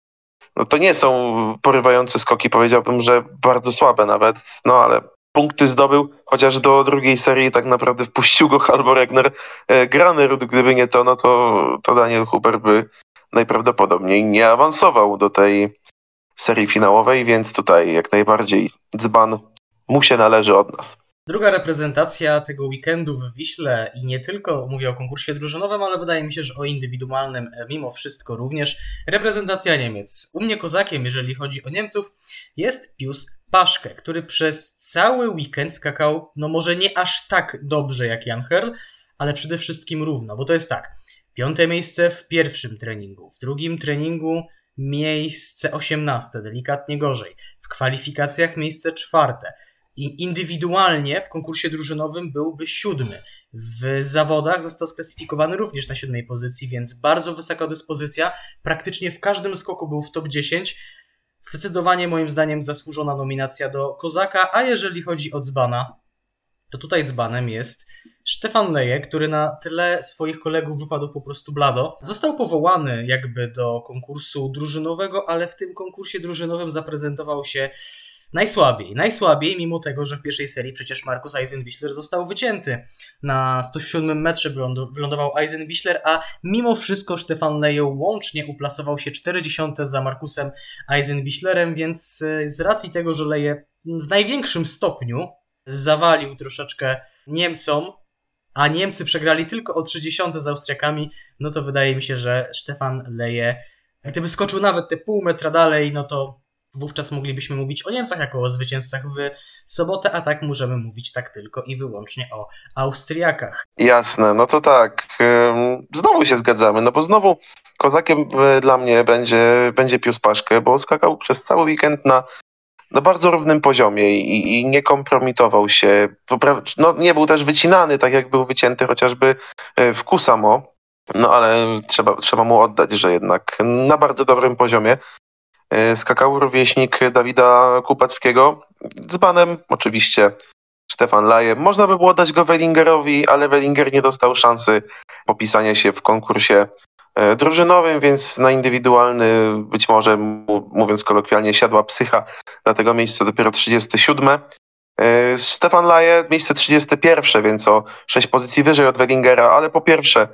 no to nie są porywające skoki, powiedziałbym, że bardzo słabe nawet, no ale punkty zdobył, chociaż do drugiej serii tak naprawdę wpuścił go Halvor Egner Granerud, gdyby nie to, no to, to Daniel Huber by najprawdopodobniej nie awansował do tej serii finałowej, więc tutaj jak najbardziej dzban mu się należy od nas. Druga reprezentacja tego weekendu w Wiśle i nie tylko mówię o konkursie drużynowym, ale wydaje mi się, że o indywidualnym mimo wszystko również reprezentacja Niemiec. U mnie kozakiem, jeżeli chodzi o Niemców, jest Pius Paschke, który przez cały weekend skakał, no może nie aż tak dobrze jak Jan Herl, ale przede wszystkim równo, bo to jest tak, piąte miejsce w pierwszym treningu, w drugim treningu miejsce osiemnaste, delikatnie gorzej, w kwalifikacjach miejsce czwarte, i indywidualnie w konkursie drużynowym byłby siódmy. W zawodach został sklasyfikowany również na siódmej pozycji, więc bardzo wysoka dyspozycja. Praktycznie w każdym skoku był w top dziesięć. Zdecydowanie moim zdaniem zasłużona nominacja do kozaka, a jeżeli chodzi o dzbana, to tutaj dzbanem jest Stefan Leje, który na tyle swoich kolegów wypadł po prostu blado. Został powołany jakby do konkursu drużynowego, ale w tym konkursie drużynowym zaprezentował się najsłabiej. Najsłabiej, mimo tego, że w pierwszej serii przecież Markus Eisenbichler został wycięty. Na sto siódmym metrze wylądował Eisenbichler, a mimo wszystko Stefan Leje łącznie uplasował się czterdziesty za Markusem Eisenbichlerem, więc z racji tego, że Leje w największym stopniu zawalił troszeczkę Niemcom, a Niemcy przegrali tylko o trzydzieści z Austriakami, no to wydaje mi się, że Stefan Leje, gdyby skoczył nawet te pół metra dalej, no to wówczas moglibyśmy mówić o Niemcach jako o zwycięzcach w sobotę, a tak możemy mówić tak tylko i wyłącznie o Austriakach. Jasne, no to tak, znowu się zgadzamy, no bo znowu kozakiem dla mnie będzie, będzie Pius Paschke, bo skakał przez cały weekend na na bardzo równym poziomie i, i nie kompromitował się. No, nie był też wycinany, tak jak był wycięty chociażby w Kusamo, no ale trzeba, trzeba mu oddać, że jednak na bardzo dobrym poziomie e, skakał rówieśnik Dawida Kubackiego. Dzbanem oczywiście Stefan Laje. Można by było dać go Wellingerowi, ale Wellinger nie dostał szansy popisania się w konkursie e, drużynowym, więc na indywidualny być może, m- mówiąc kolokwialnie, siadła psycha. Na tego miejsca dopiero trzydzieste siódme. E, Stefan Laje miejsce trzydzieste pierwsze, więc o sześć pozycji wyżej od Wellingera, ale po pierwsze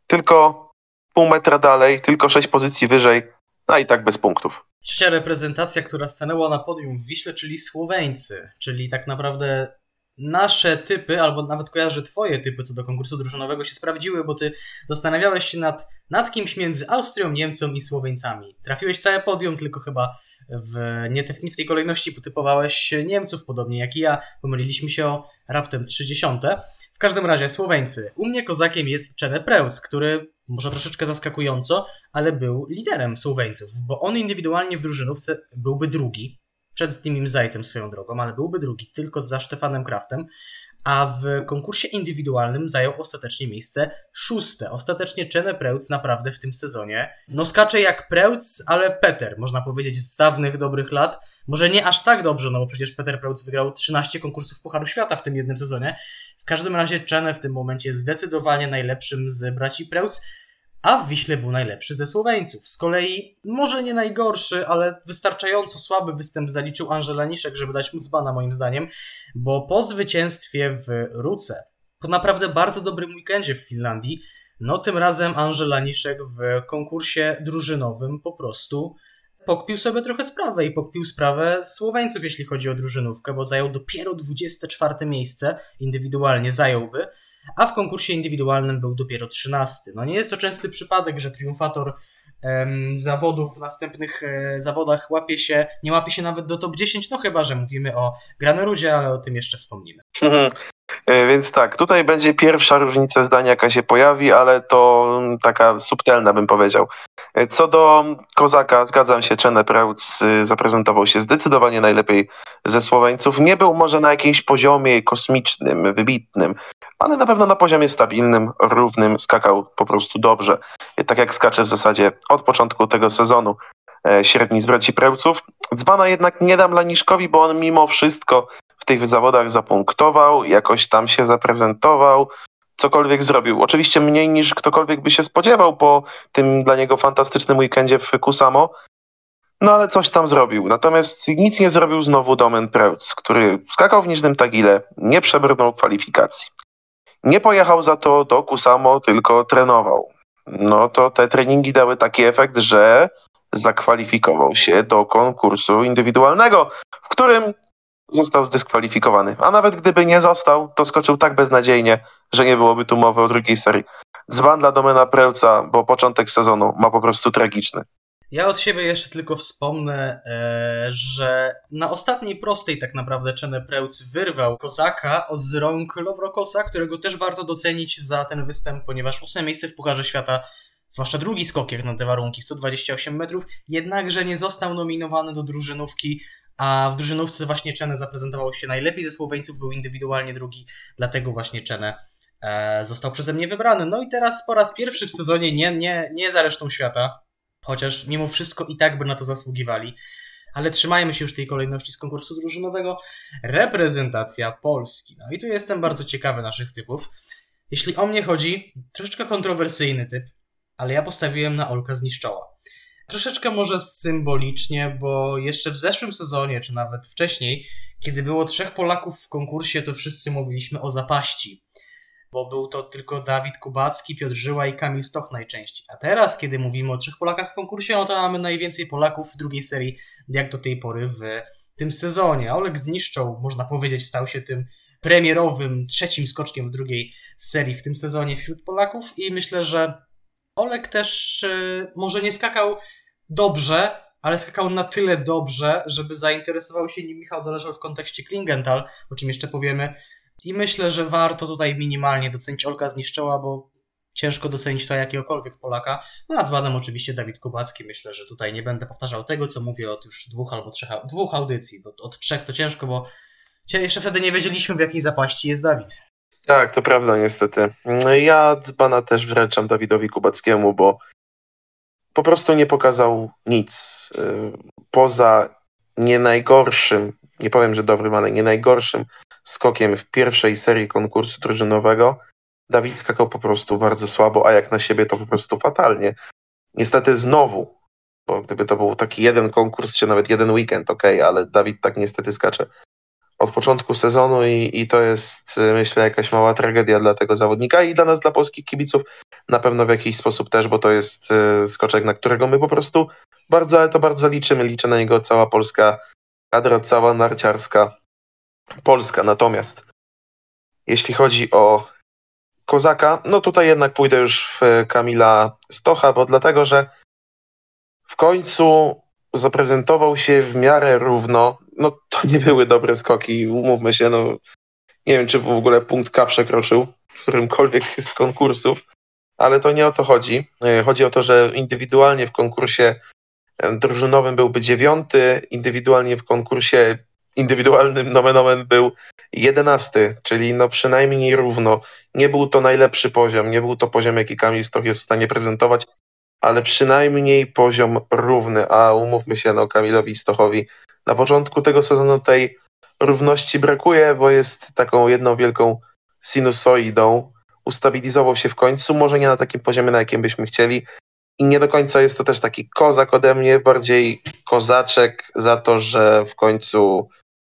tylko pół metra dalej, tylko sześć pozycji wyżej, a i tak bez punktów. Trzecia reprezentacja, która stanęła na podium w Wiśle, czyli Słoweńcy, czyli tak naprawdę nasze typy, albo nawet kojarzę twoje typy co do konkursu drużynowego się sprawdziły, bo ty zastanawiałeś się nad, nad kimś między Austrią, Niemcą i Słoweńcami. Trafiłeś całe podium, tylko chyba w, nie, te, nie w tej kolejności potypowałeś Niemców, podobnie jak i ja. Pomyliliśmy się o raptem trzydzieste. W każdym razie Słoweńcy. U mnie kozakiem jest Czene Prełc, który może troszeczkę zaskakująco, ale był liderem Słoweńców, bo on indywidualnie w drużynówce byłby drugi, przed Timim Zajcem swoją drogą, ale byłby drugi tylko za Stefanem Kraftem, a w konkursie indywidualnym zajął ostatecznie miejsce szóste. Ostatecznie Czene Prełc naprawdę w tym sezonie no skacze jak Prełc, ale Peter, można powiedzieć z dawnych dobrych lat. Może nie aż tak dobrze, no bo przecież Peter Prełc wygrał trzynaście konkursów Pucharu Świata w tym jednym sezonie. W każdym razie Czene w tym momencie jest zdecydowanie najlepszym z braci Prełc, a w Wiśle był najlepszy ze Słoweńców. Z kolei, może nie najgorszy, ale wystarczająco słaby występ zaliczył Andrzej Laniszek, żeby dać mu dzbana moim zdaniem, bo po zwycięstwie w Ruce, po naprawdę bardzo dobrym weekendzie w Finlandii, no tym razem Andrzej Laniszek w konkursie drużynowym po prostu pokpił sobie trochę sprawę i pokpił sprawę Słoweńców, jeśli chodzi o drużynówkę, bo zajął dopiero dwudzieste czwarte miejsce, indywidualnie zająłby, a w konkursie indywidualnym był dopiero trzynasty. No nie jest to częsty przypadek, że triumfator em, zawodów w następnych e, zawodach łapie się, nie łapie się nawet do top dziesięć, no chyba że mówimy o Granerudzie, ale o tym jeszcze wspomnimy. Mhm. E, Więc tak, tutaj będzie pierwsza różnica zdania, jaka się pojawi, ale to mm, taka subtelna, bym powiedział. E, Co do kozaka, zgadzam się, Czene Prełc y, zaprezentował się zdecydowanie najlepiej ze Słoweńców. Nie był może na jakimś poziomie kosmicznym, wybitnym, ale na pewno na poziomie stabilnym, równym, skakał po prostu dobrze. E, Tak jak skacze w zasadzie od początku tego sezonu e, średni z braci Prełców. Dzbana jednak nie dam Laniszkowi, bo on mimo wszystko w tych zawodach zapunktował, jakoś tam się zaprezentował, cokolwiek zrobił. Oczywiście mniej niż ktokolwiek by się spodziewał po tym dla niego fantastycznym weekendzie w Kusamo, no ale coś tam zrobił. Natomiast nic nie zrobił znowu Domen Prełc, który skakał w Niżnym Tagile, nie przebrnął kwalifikacji. Nie pojechał za to do Kusamo, tylko trenował. No to te treningi dały taki efekt, że zakwalifikował się do konkursu indywidualnego, w którym został zdyskwalifikowany. A nawet gdyby nie został, to skoczył tak beznadziejnie, że nie byłoby tu mowy o drugiej serii. Dzban dla Domena Prełca, bo początek sezonu ma po prostu tragiczny. Ja od siebie jeszcze tylko wspomnę, e, że na ostatniej prostej tak naprawdę Czene Prełc wyrwał kozaka z rąk Lowrokosa, którego też warto docenić za ten występ, ponieważ ósme miejsce w Pucharze Świata, zwłaszcza drugi skok jak na te warunki, sto dwadzieścia osiem metrów, jednakże nie został nominowany do drużynówki, a w drużynówce właśnie Czene zaprezentował się najlepiej ze Słoweńców, był indywidualnie drugi, dlatego właśnie Czene e, został przeze mnie wybrany. No i teraz po raz pierwszy w sezonie, nie, nie, nie za resztą świata, chociaż mimo wszystko i tak by na to zasługiwali, ale trzymajmy się już tej kolejności z konkursu drużynowego. Reprezentacja Polski. No i tu jestem bardzo ciekawy naszych typów. Jeśli o mnie chodzi, troszeczkę kontrowersyjny typ, ale ja postawiłem na Olka Zniszczoła. Troszeczkę może symbolicznie, bo jeszcze w zeszłym sezonie, czy nawet wcześniej, kiedy było trzech Polaków w konkursie, to wszyscy mówiliśmy o zapaści. Bo był to tylko Dawid Kubacki, Piotr Żyła i Kamil Stoch najczęściej. A teraz, kiedy mówimy o trzech Polakach w konkursie, no to mamy najwięcej Polaków w drugiej serii, jak do tej pory w tym sezonie. Olek Zniszczą, można powiedzieć, stał się tym premierowym, trzecim skoczkiem w drugiej serii w tym sezonie wśród Polaków i myślę, że Olek też yy, może nie skakał dobrze, ale skakał na tyle dobrze, żeby zainteresował się nim Michał Doleżal w kontekście Klingenthal, o czym jeszcze powiemy. I myślę, że warto tutaj minimalnie docenić Olka Zniszczoła, bo ciężko docenić to jakiegokolwiek Polaka. No a dzbanem oczywiście Dawid Kubacki. Myślę, że tutaj nie będę powtarzał tego, co mówię od już dwóch albo trzech dwóch audycji. Od, od trzech to ciężko, bo jeszcze wtedy nie wiedzieliśmy, w jakiej zapaści jest Dawid. Tak, to prawda niestety. Ja dzbana też wręczam Dawidowi Kubackiemu, bo po prostu nie pokazał nic. Yy, poza nie najgorszym, nie powiem, że dobrym, ale nie najgorszym skokiem w pierwszej serii konkursu drużynowego, Dawid skakał po prostu bardzo słabo, a jak na siebie to po prostu fatalnie. Niestety znowu, bo gdyby to był taki jeden konkurs, czy nawet jeden weekend, okej, ale Dawid tak niestety skacze od początku sezonu i, i to jest, y, myślę, jakaś mała tragedia dla tego zawodnika i dla nas, dla polskich kibiców na pewno w jakiś sposób też, bo to jest y, skoczek, na którego my po prostu bardzo, ale to bardzo liczymy. Liczy na niego cała polska kadra, cała narciarska Polska. Natomiast jeśli chodzi o Kozaka, no tutaj jednak pójdę już w Kamila Stocha, bo dlatego, że w końcu zaprezentował się w miarę równo. No to nie były dobre skoki, umówmy się, no nie wiem, czy w ogóle punkt K przekroczył w którymkolwiek z konkursów, ale to nie o to chodzi. E, Chodzi o to, że indywidualnie w konkursie e, drużynowym byłby dziewiąty, indywidualnie w konkursie indywidualnym nomen omen był jedenasty, czyli no przynajmniej równo. Nie był to najlepszy poziom, nie był to poziom, jaki Kamil Stoch jest w stanie prezentować, ale przynajmniej poziom równy, a umówmy się, no Kamilowi Stochowi na początku tego sezonu tej równości brakuje, bo jest taką jedną wielką sinusoidą. Ustabilizował się w końcu, może nie na takim poziomie, na jakim byśmy chcieli i nie do końca jest to też taki kozak ode mnie, bardziej kozaczek za to, że w końcu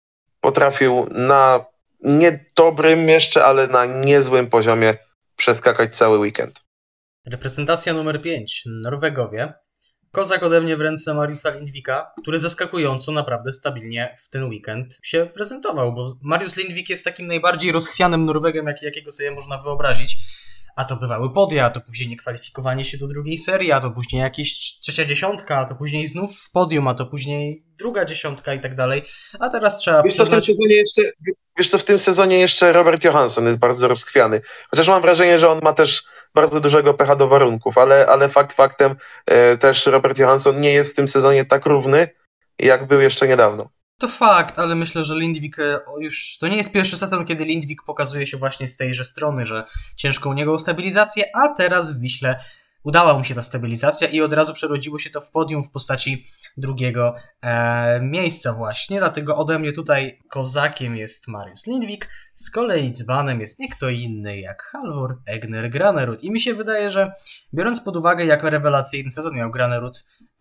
potrafił na niedobrym jeszcze, ale na niezłym poziomie przeskakać cały weekend. Reprezentacja numer pięć, Norwegowie. Kozak ode mnie w ręce Mariusa Lindvika, który zaskakująco naprawdę stabilnie w ten weekend się prezentował, bo Marius Lindvik jest takim najbardziej rozchwianym Norwegiem, jak, jakiego sobie można wyobrazić. A to bywały podia, a to później niekwalifikowanie się do drugiej serii, a to później jakieś trzecia dziesiątka, a to później znów w podium, a to później druga dziesiątka i tak dalej. A teraz trzeba Wiesz co, w tym przyznać... sezonie jeszcze, wiesz co, w tym sezonie jeszcze Robert Johansson jest bardzo rozchwiany. Chociaż mam wrażenie, że on ma też bardzo dużego pecha do warunków, ale, ale fakt faktem e, też Robert Johansson nie jest w tym sezonie tak równy, jak był jeszcze niedawno. To fakt, ale myślę, że Lindvik e, już... To nie jest pierwszy sezon, kiedy Lindvik pokazuje się właśnie z tejże strony, że ciężko u niego o stabilizację, a teraz w Wiśle udała mu się ta stabilizacja i od razu przerodziło się to w podium w postaci drugiego e, miejsca właśnie. Dlatego ode mnie tutaj kozakiem jest Marius Lindvik, z kolei dzbanem jest nie kto inny jak Halvor Egner Granerud. I mi się wydaje, że biorąc pod uwagę, jak rewelacyjny sezon miał Granerud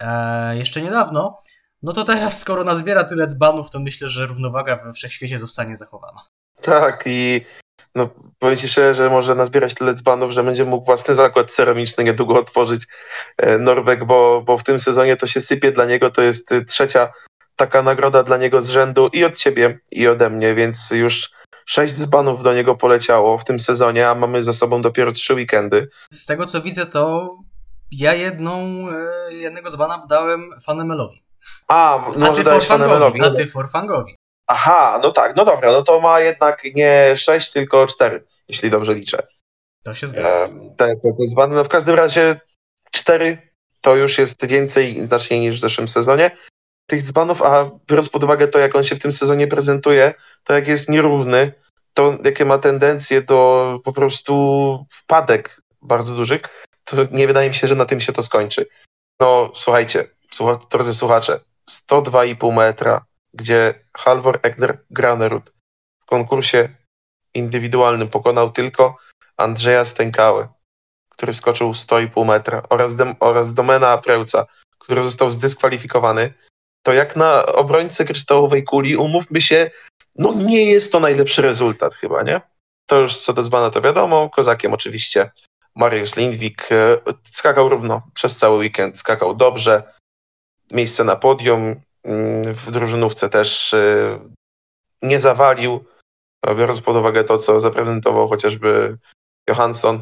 e, jeszcze niedawno, no to teraz, skoro nazbiera tyle dzbanów, to myślę, że równowaga we wszechświecie zostanie zachowana. Tak i no, powiem ci szczerze, że może nazbierać tyle dzbanów, że będzie mógł własny zakład ceramiczny niedługo otworzyć e, Norweg, bo, bo w tym sezonie to się sypie dla niego, to jest y, trzecia taka nagroda dla niego z rzędu i od ciebie, i ode mnie, więc już sześć dzbanów do niego poleciało w tym sezonie, a mamy za sobą dopiero trzy weekendy. Z tego co widzę, to ja jedną, e, jednego dzbana dałem Fanemelowi. A, A może ty dałeś Forfangowi. Fanemelowi. A ty Forfangowi. Aha, no tak, no dobra, no to ma jednak nie sześć, tylko cztery, jeśli dobrze liczę. To się zgadza. E, te, te, te dzbany, no w każdym razie cztery to już jest więcej znacznie niż w zeszłym sezonie tych dzbanów, a biorąc pod uwagę to, jak on się w tym sezonie prezentuje, to jak jest nierówny, to jakie ma tendencje do po prostu wpadek bardzo dużych, to nie wydaje mi się, że na tym się to skończy. No słuchajcie, słucha, drodzy słuchacze, sto dwa i pół metra, gdzie Halvor Egner Granerud w konkursie indywidualnym pokonał tylko Andrzeja Stękałę, który skoczył sto i pół metra, oraz, Dem- oraz Domena Preuca, który został zdyskwalifikowany, to jak na obrońcę kryształowej kuli, umówmy się, no nie jest to najlepszy rezultat chyba, nie? To już co do dzbana to wiadomo, kozakiem oczywiście Mariusz Lindvik e, skakał równo przez cały weekend, skakał dobrze, miejsce na podium, mm, w drużynówce też e, nie zawalił, biorąc pod uwagę to, co zaprezentował chociażby Johansson,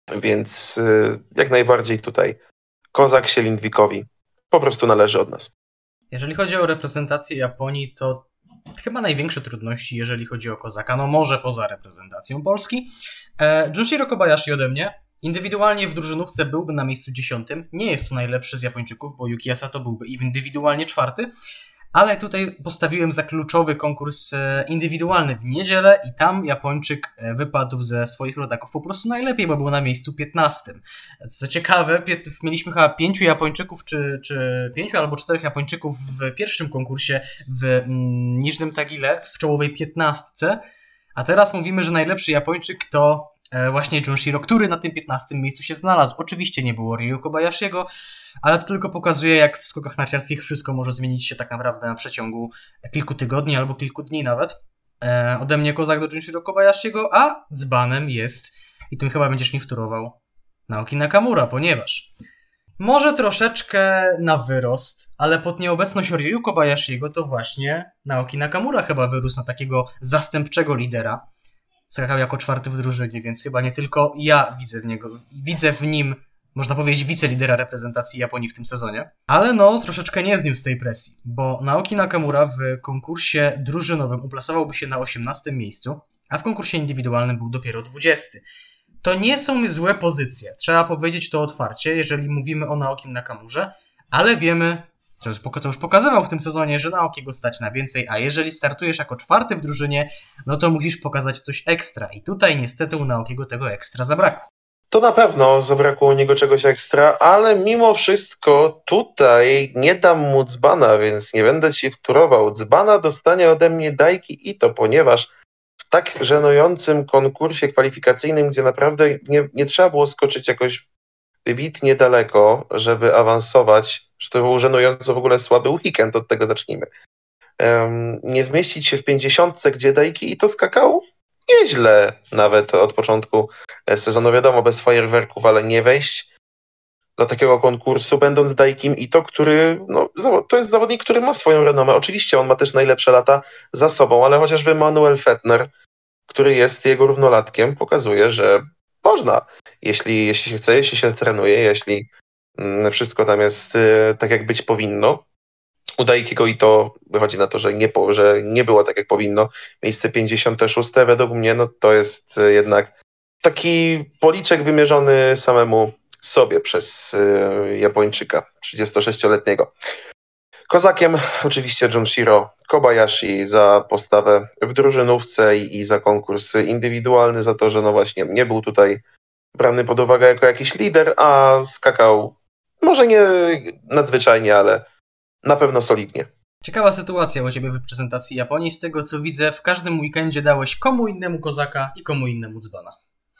więc e, jak najbardziej tutaj kozak się Lindvikowi po prostu należy od nas. Jeżeli chodzi o reprezentację Japonii, to chyba największe trudności, jeżeli chodzi o kozaka, no może poza reprezentacją Polski. E, Jushiro Kobayashi ode mnie. Indywidualnie w drużynówce byłby na miejscu dziesiątym. Nie jest to najlepszy z Japończyków, bo Yuki Asato byłby indywidualnie czwarty. ale tutaj postawiłem za kluczowy konkurs e, indywidualny w niedzielę i tam Japończyk e, wypadł ze swoich rodaków po prostu najlepiej, bo był na miejscu piętnastym. Co ciekawe, pie- mieliśmy chyba pięciu Japończyków, czy, czy pięciu albo czterech Japończyków w pierwszym konkursie w mm, Niżnym Tagile, w czołowej piętnastce, a teraz mówimy, że najlepszy Japończyk to e, właśnie Junshiro, który na tym piętnastym miejscu się znalazł. Oczywiście nie było Ryu Kobayashiego, ale to tylko pokazuje, jak w skokach narciarskich wszystko może zmienić się tak naprawdę na przeciągu kilku tygodni albo kilku dni nawet. E, ode mnie kozak do Junshiro Kobayashiego, a dzbanem jest, i tu chyba będziesz mi wtórował, Naoki Nakamura, ponieważ może troszeczkę na wyrost, ale pod nieobecność Ryu Kobayashiego to właśnie Naoki Nakamura chyba wyrósł na takiego zastępczego lidera. Skakał jako czwarty w drużynie, więc chyba nie tylko ja widzę w niego, widzę w nim, można powiedzieć, wicelidera reprezentacji Japonii w tym sezonie. Ale no, troszeczkę nie zniósł tej presji, bo Naoki Nakamura w konkursie drużynowym uplasowałby się na osiemnastym miejscu, a w konkursie indywidualnym był dopiero dwudziesty. To nie są złe pozycje, trzeba powiedzieć to otwarcie, jeżeli mówimy o Naokim Nakamurze, ale wiemy, co już, to już pokazywał w tym sezonie, że Naokiego stać na więcej, a jeżeli startujesz jako czwarty w drużynie, no to musisz pokazać coś ekstra i tutaj niestety u Naokiego tego ekstra zabrakło. To na pewno zabrakło u niego czegoś ekstra, ale mimo wszystko tutaj nie dam mu dzbana, więc nie będę ci wtórował. Dzbana dostanie ode mnie Daiki Ito, ponieważ w tak żenującym konkursie kwalifikacyjnym, gdzie naprawdę nie, nie trzeba było skoczyć jakoś wybitnie daleko, żeby awansować, że to był żenująco w ogóle słaby weekend, od tego zacznijmy. Um, nie zmieścić się w pięćdziesiątce, gdzie Daiki Ito skakał nieźle nawet od początku sezonu, wiadomo, bez fajerwerków, ale nie wejść do takiego konkursu, będąc Daikim Ito, który, no, to jest zawodnik, który ma swoją renomę. Oczywiście on ma też najlepsze lata za sobą, ale chociażby Manuel Fettner, który jest jego równolatkiem, pokazuje, że można, jeśli, jeśli się chce, jeśli się trenuje, jeśli mm, wszystko tam jest y, tak, jak być powinno. U Daikiego Ito wychodzi na to, że nie, po, że nie było tak, jak powinno. Miejsce pięćdziesiąte szóste według mnie, no to jest jednak taki policzek wymierzony samemu sobie przez y, Japończyka trzydziestosześcioletniego. Kozakiem oczywiście Junshiro Kobayashi za postawę w drużynówce i, i za konkurs indywidualny, za to, że no właśnie nie był tutaj brany pod uwagę jako jakiś lider, a skakał może nie nadzwyczajnie, ale na pewno solidnie. Ciekawa sytuacja u Ciebie w reprezentacji Japonii. Z tego co widzę, w każdym weekendzie dałeś komu innemu kozaka i komu innemu dzbana.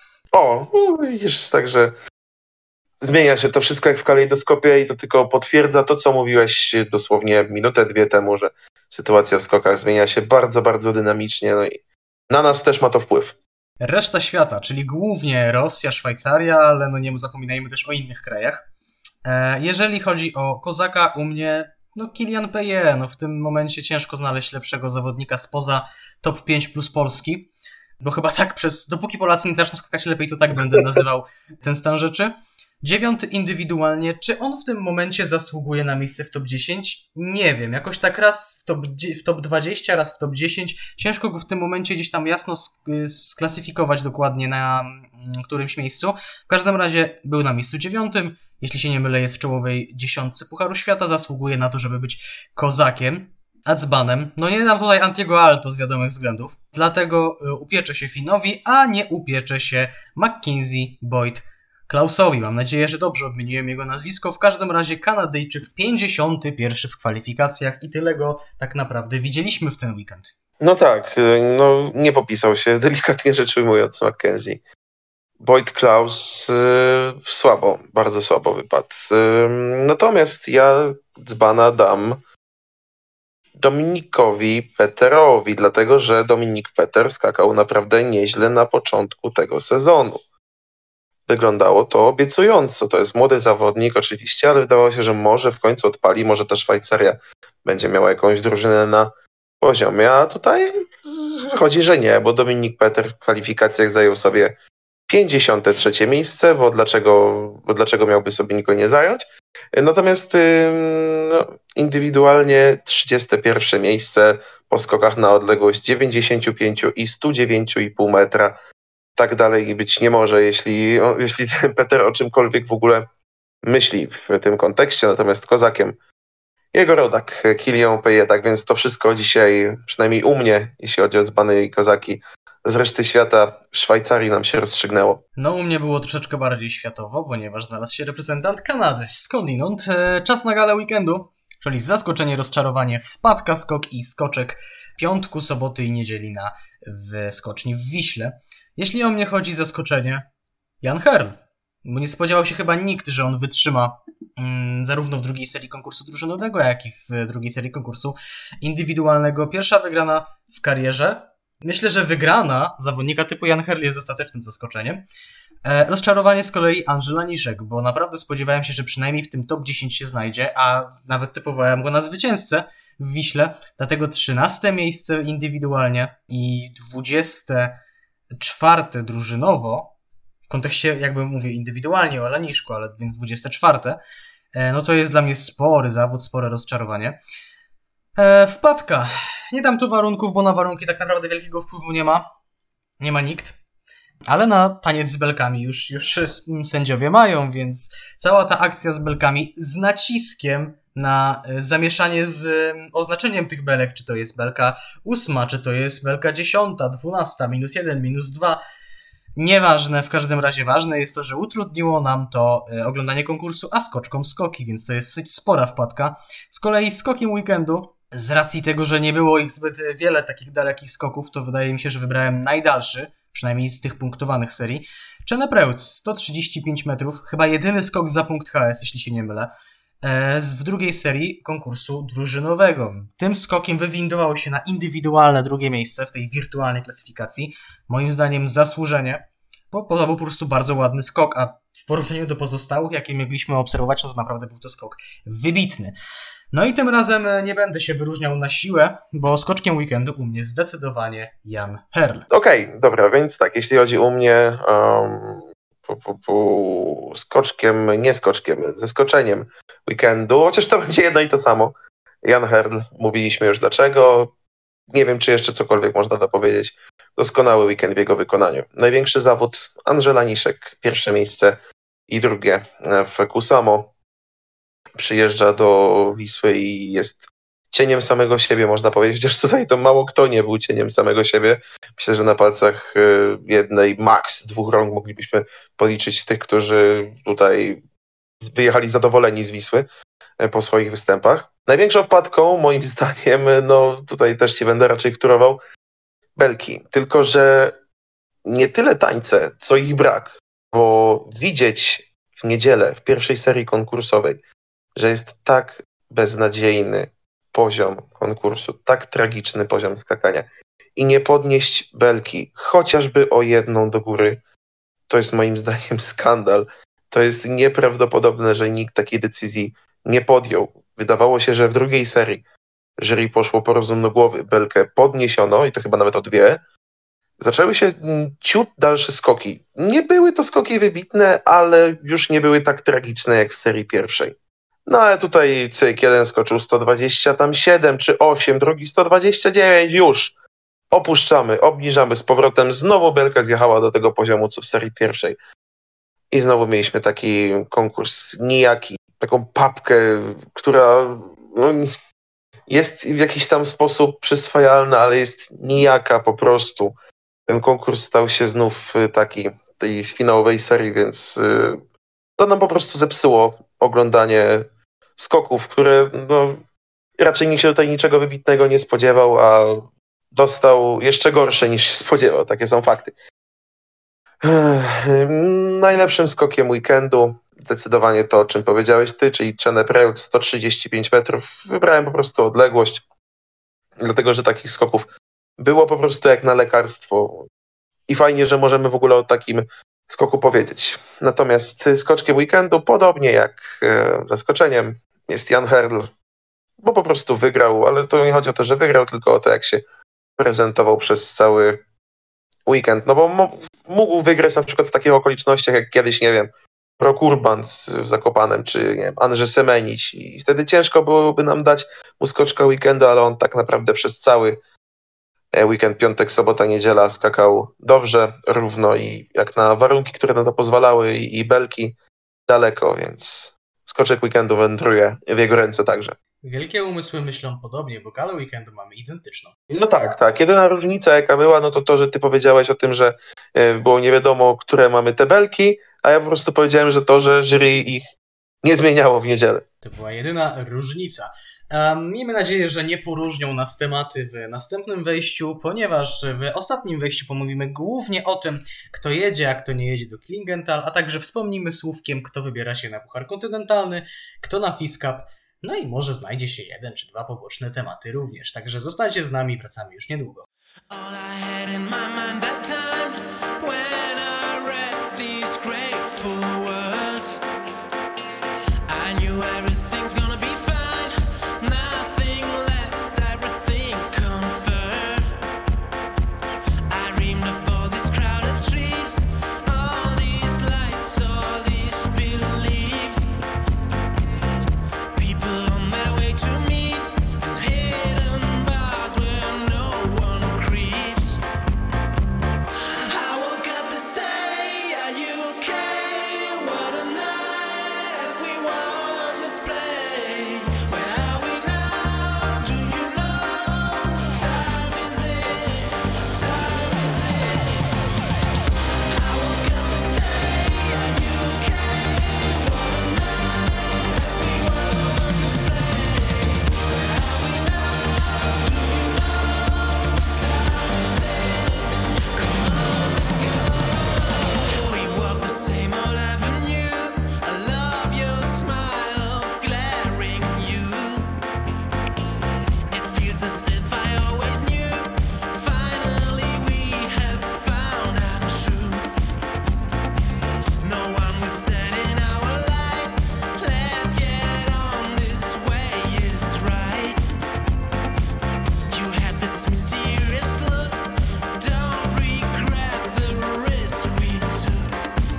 O, no widzisz, także zmienia się to wszystko jak w kalejdoskopie i to tylko potwierdza to, co mówiłeś dosłownie minutę, dwie temu, że sytuacja w skokach zmienia się bardzo, bardzo dynamicznie, no i na nas też ma to wpływ. Reszta świata, czyli głównie Rosja, Szwajcaria, ale no nie zapominajmy też o innych krajach. E, jeżeli chodzi o kozaka, u mnie no Kilian Peje, no w tym momencie ciężko znaleźć lepszego zawodnika spoza top pięć plus Polski, bo chyba tak przez, dopóki Polacy nie zaczną skakać lepiej, to tak będę nazywał ten stan rzeczy. Dziewiąty indywidualnie, czy on w tym momencie zasługuje na miejsce w top dziesięć? Nie wiem, jakoś tak raz w top, w top dwadzieścia, raz w top dziesięć. Ciężko go w tym momencie gdzieś tam jasno sklasyfikować dokładnie na którymś miejscu. W każdym razie był na miejscu dziewiątym, jeśli się nie mylę jest w czołowej dziesiątce Pucharu Świata, zasługuje na to, żeby być kozakiem, a dzbanem. No nie dam tutaj Antiego Alto z wiadomych względów, dlatego upieczę się Finowi, a nie upieczę się Mackenzie Boyd Klausowi. Mam nadzieję, że dobrze odmieniłem jego nazwisko. W każdym razie Kanadyjczyk pięćdziesiąty pierwszy w kwalifikacjach i tyle go tak naprawdę widzieliśmy w ten weekend. No tak, no nie popisał się, delikatnie rzecz ujmując, Mackenzie. Boyd Klaus yy, słabo, bardzo słabo wypadł. Yy, natomiast ja dzbana dam Dominikowi Peterowi, dlatego że Dominik Peter skakał naprawdę nieźle na początku tego sezonu. Wyglądało to obiecująco. To jest młody zawodnik oczywiście, ale wydawało się, że może w końcu odpali, może ta Szwajcaria będzie miała jakąś drużynę na poziomie, a tutaj wychodzi, że nie, bo Dominik Peter w kwalifikacjach zajął sobie pięćdziesiąte trzecie miejsce, bo dlaczego, bo dlaczego miałby sobie nikogo nie zająć? Natomiast no, indywidualnie trzydzieste pierwsze miejsce po skokach na odległość dziewięćdziesiąt pięć i sto dziewięć i pół metra. Tak dalej być nie może, jeśli, jeśli Peter o czymkolwiek w ogóle myśli w tym kontekście. Natomiast kozakiem jego rodak Kilian Paye, tak więc to wszystko dzisiaj, przynajmniej u mnie, jeśli chodzi o dzbany i kozaki, z reszty świata w Szwajcarii nam się rozstrzygnęło. No u mnie było troszeczkę bardziej światowo, ponieważ znalazł się reprezentant Kanady. Skądinąd e, czas na galę weekendu, czyli zaskoczenie, rozczarowanie, wpadka, skok i skoczek piątku, soboty i niedzieli na w skoczni w Wiśle. Jeśli o mnie chodzi, zaskoczenie Jan Herl, bo nie spodziewał się chyba nikt, że on wytrzyma mm, zarówno w drugiej serii konkursu drużynowego, jak i w drugiej serii konkursu indywidualnego. Pierwsza wygrana w karierze. Myślę, że wygrana zawodnika typu Jan Herl jest ostatecznym zaskoczeniem. E, rozczarowanie z kolei Andrzej Niszek, bo naprawdę spodziewałem się, że przynajmniej w tym top dziesięć się znajdzie, a nawet typowałem go na zwycięzcę w Wiśle, dlatego trzynaste miejsce indywidualnie i dwudzieste czwarte drużynowo, w kontekście jakby mówię indywidualnie o Laniszku, ale więc dwudzieste czwarte, e, no to jest dla mnie spory zawód, spore rozczarowanie. E, wpadka. Nie dam tu warunków, bo na warunki tak naprawdę wielkiego wpływu nie ma. Nie ma nikt. Ale na taniec z belkami już, już sędziowie mają, więc cała ta akcja z belkami z naciskiem na zamieszanie z oznaczeniem tych belek, czy to jest belka ósma, czy to jest belka dziesiąta, dwunasta, minus jeden, minus dwa. Nieważne, w każdym razie ważne jest to, że utrudniło nam to oglądanie konkursu, a skoczkom skoki, więc to jest dosyć spora wpadka. Z kolei skokiem weekendu, z racji tego, że nie było ich zbyt wiele takich dalekich skoków, to wydaje mi się, że wybrałem najdalszy, przynajmniej z tych punktowanych serii. Czene Preutz, sto trzydzieści pięć metrów, chyba jedyny skok za punkt H S, jeśli się nie mylę, w drugiej serii konkursu drużynowego. Tym skokiem wywindował się na indywidualne drugie miejsce w tej wirtualnej klasyfikacji. Moim zdaniem zasłużenie, bo to był po prostu bardzo ładny skok, a w porównaniu do pozostałych, jakie mogliśmy obserwować, no to naprawdę był to skok wybitny. No i tym razem nie będę się wyróżniał na siłę, bo skoczkiem weekendu u mnie zdecydowanie Jan Herl. Okej, okay, dobra, więc tak, jeśli chodzi o mnie, um, pu, pu, pu, skoczkiem, nie skoczkiem, ze skoczeniem weekendu, chociaż to będzie jedno i to samo. Jan Herl, mówiliśmy już dlaczego, nie wiem, czy jeszcze cokolwiek można dopowiedzieć. Doskonały weekend w jego wykonaniu. Największy zawód Andrzej Laniszek, pierwsze miejsce i drugie w Kusamo. Przyjeżdża do Wisły i jest cieniem samego siebie, można powiedzieć, chociaż tutaj to mało kto nie był cieniem samego siebie. Myślę, że na palcach jednej, max dwóch rąk moglibyśmy policzyć tych, którzy tutaj wyjechali zadowoleni z Wisły po swoich występach. Największą wpadką, moim zdaniem, no tutaj też się będę raczej wtórował, belki. Tylko że nie tyle tańce, co ich brak, bo widzieć w niedzielę, w pierwszej serii konkursowej, że jest tak beznadziejny poziom konkursu, tak tragiczny poziom skakania i nie podnieść belki chociażby o jedną do góry, to jest moim zdaniem skandal. To jest nieprawdopodobne, że nikt takiej decyzji nie podjął. Wydawało się, że w drugiej serii jury poszło po rozum do głowy, belkę podniesiono i to chyba nawet o dwie. Zaczęły się ciut dalsze skoki. Nie były to skoki wybitne, ale już nie były tak tragiczne jak w serii pierwszej. No ale tutaj cyk, jeden skoczył sto dwadzieścia siedem czy osiem, drugi sto dwadzieścia dziewięć, już opuszczamy, obniżamy z powrotem, znowu belka zjechała do tego poziomu co w serii pierwszej. I znowu mieliśmy taki konkurs nijaki, taką papkę, która no, jest w jakiś tam sposób przyswajalna, ale jest nijaka po prostu. Ten konkurs stał się znów taki tej finałowej serii, więc to nam po prostu zepsuło oglądanie skoków, które no, raczej nikt się tutaj niczego wybitnego nie spodziewał, a dostał jeszcze gorsze niż się spodziewał. Takie są fakty. Najlepszym skokiem weekendu zdecydowanie to, o czym powiedziałeś ty, czyli Czene Preutz, sto trzydzieści pięć metrów. Wybrałem po prostu odległość, dlatego że takich skoków było po prostu jak na lekarstwo. I fajnie, że możemy w ogóle o takim skoku powiedzieć. Natomiast skoczkiem weekendu, podobnie jak e, zaskoczeniem, jest Jan Herl, bo po prostu wygrał, ale to nie chodzi o to, że wygrał, tylko o to, jak się prezentował przez cały weekend. No bo mo- mógł wygrać na przykład w takich okolicznościach, jak kiedyś, nie wiem, Rok Urbans w Zakopanem, czy nie wiem, Andrzej Semenić i wtedy ciężko byłoby nam dać mu skoczka weekendu, ale on tak naprawdę przez cały weekend, piątek, sobota, niedziela skakał dobrze, równo i jak na warunki, które na to pozwalały i, i belki daleko, więc skoczek weekendu wędruje w jego ręce także. Wielkie umysły myślą podobnie, bo galę weekendu mamy identyczną. No tak, tak. Jedyna różnica jaka była, no to to, że ty powiedziałeś o tym, że e, było nie wiadomo, które mamy te belki, a ja po prostu powiedziałem, że to, że jury ich nie zmieniało w niedzielę. To była jedyna różnica. Um, miejmy nadzieję, że nie poróżnią nas tematy w następnym wejściu, ponieważ w ostatnim wejściu pomówimy głównie o tym, kto jedzie, a kto nie jedzie do Klingenthal, a także wspomnimy słówkiem, kto wybiera się na Puchar Kontynentalny, kto na F I S Cup, no i może znajdzie się jeden czy dwa poboczne tematy również. Także zostańcie z nami, wracamy już niedługo. All I had in my mind that time when I read these grateful words, I knew everything's gonna be fine, nothing left, everything comfort. I dreamed of all these crowded streets, all these lights, all these beliefs, people on their way to meet, and hidden bars where no one creeps. I woke up this day, are you okay? What a night, have we won this play? Where are we now? Do you know? Time is it, time is it. I woke up this day, are you okay? What a night, have we won this play? Where are we now? Do you know? Time is it. Come on, let's go. We walk the same old avenue. I love your smile of glaring youth. It feels as if I always knew. Finally, we have found our truth. No one will stand in our light. Let's get on, this way is right. You had this mysterious look. Don't regret the risk we took.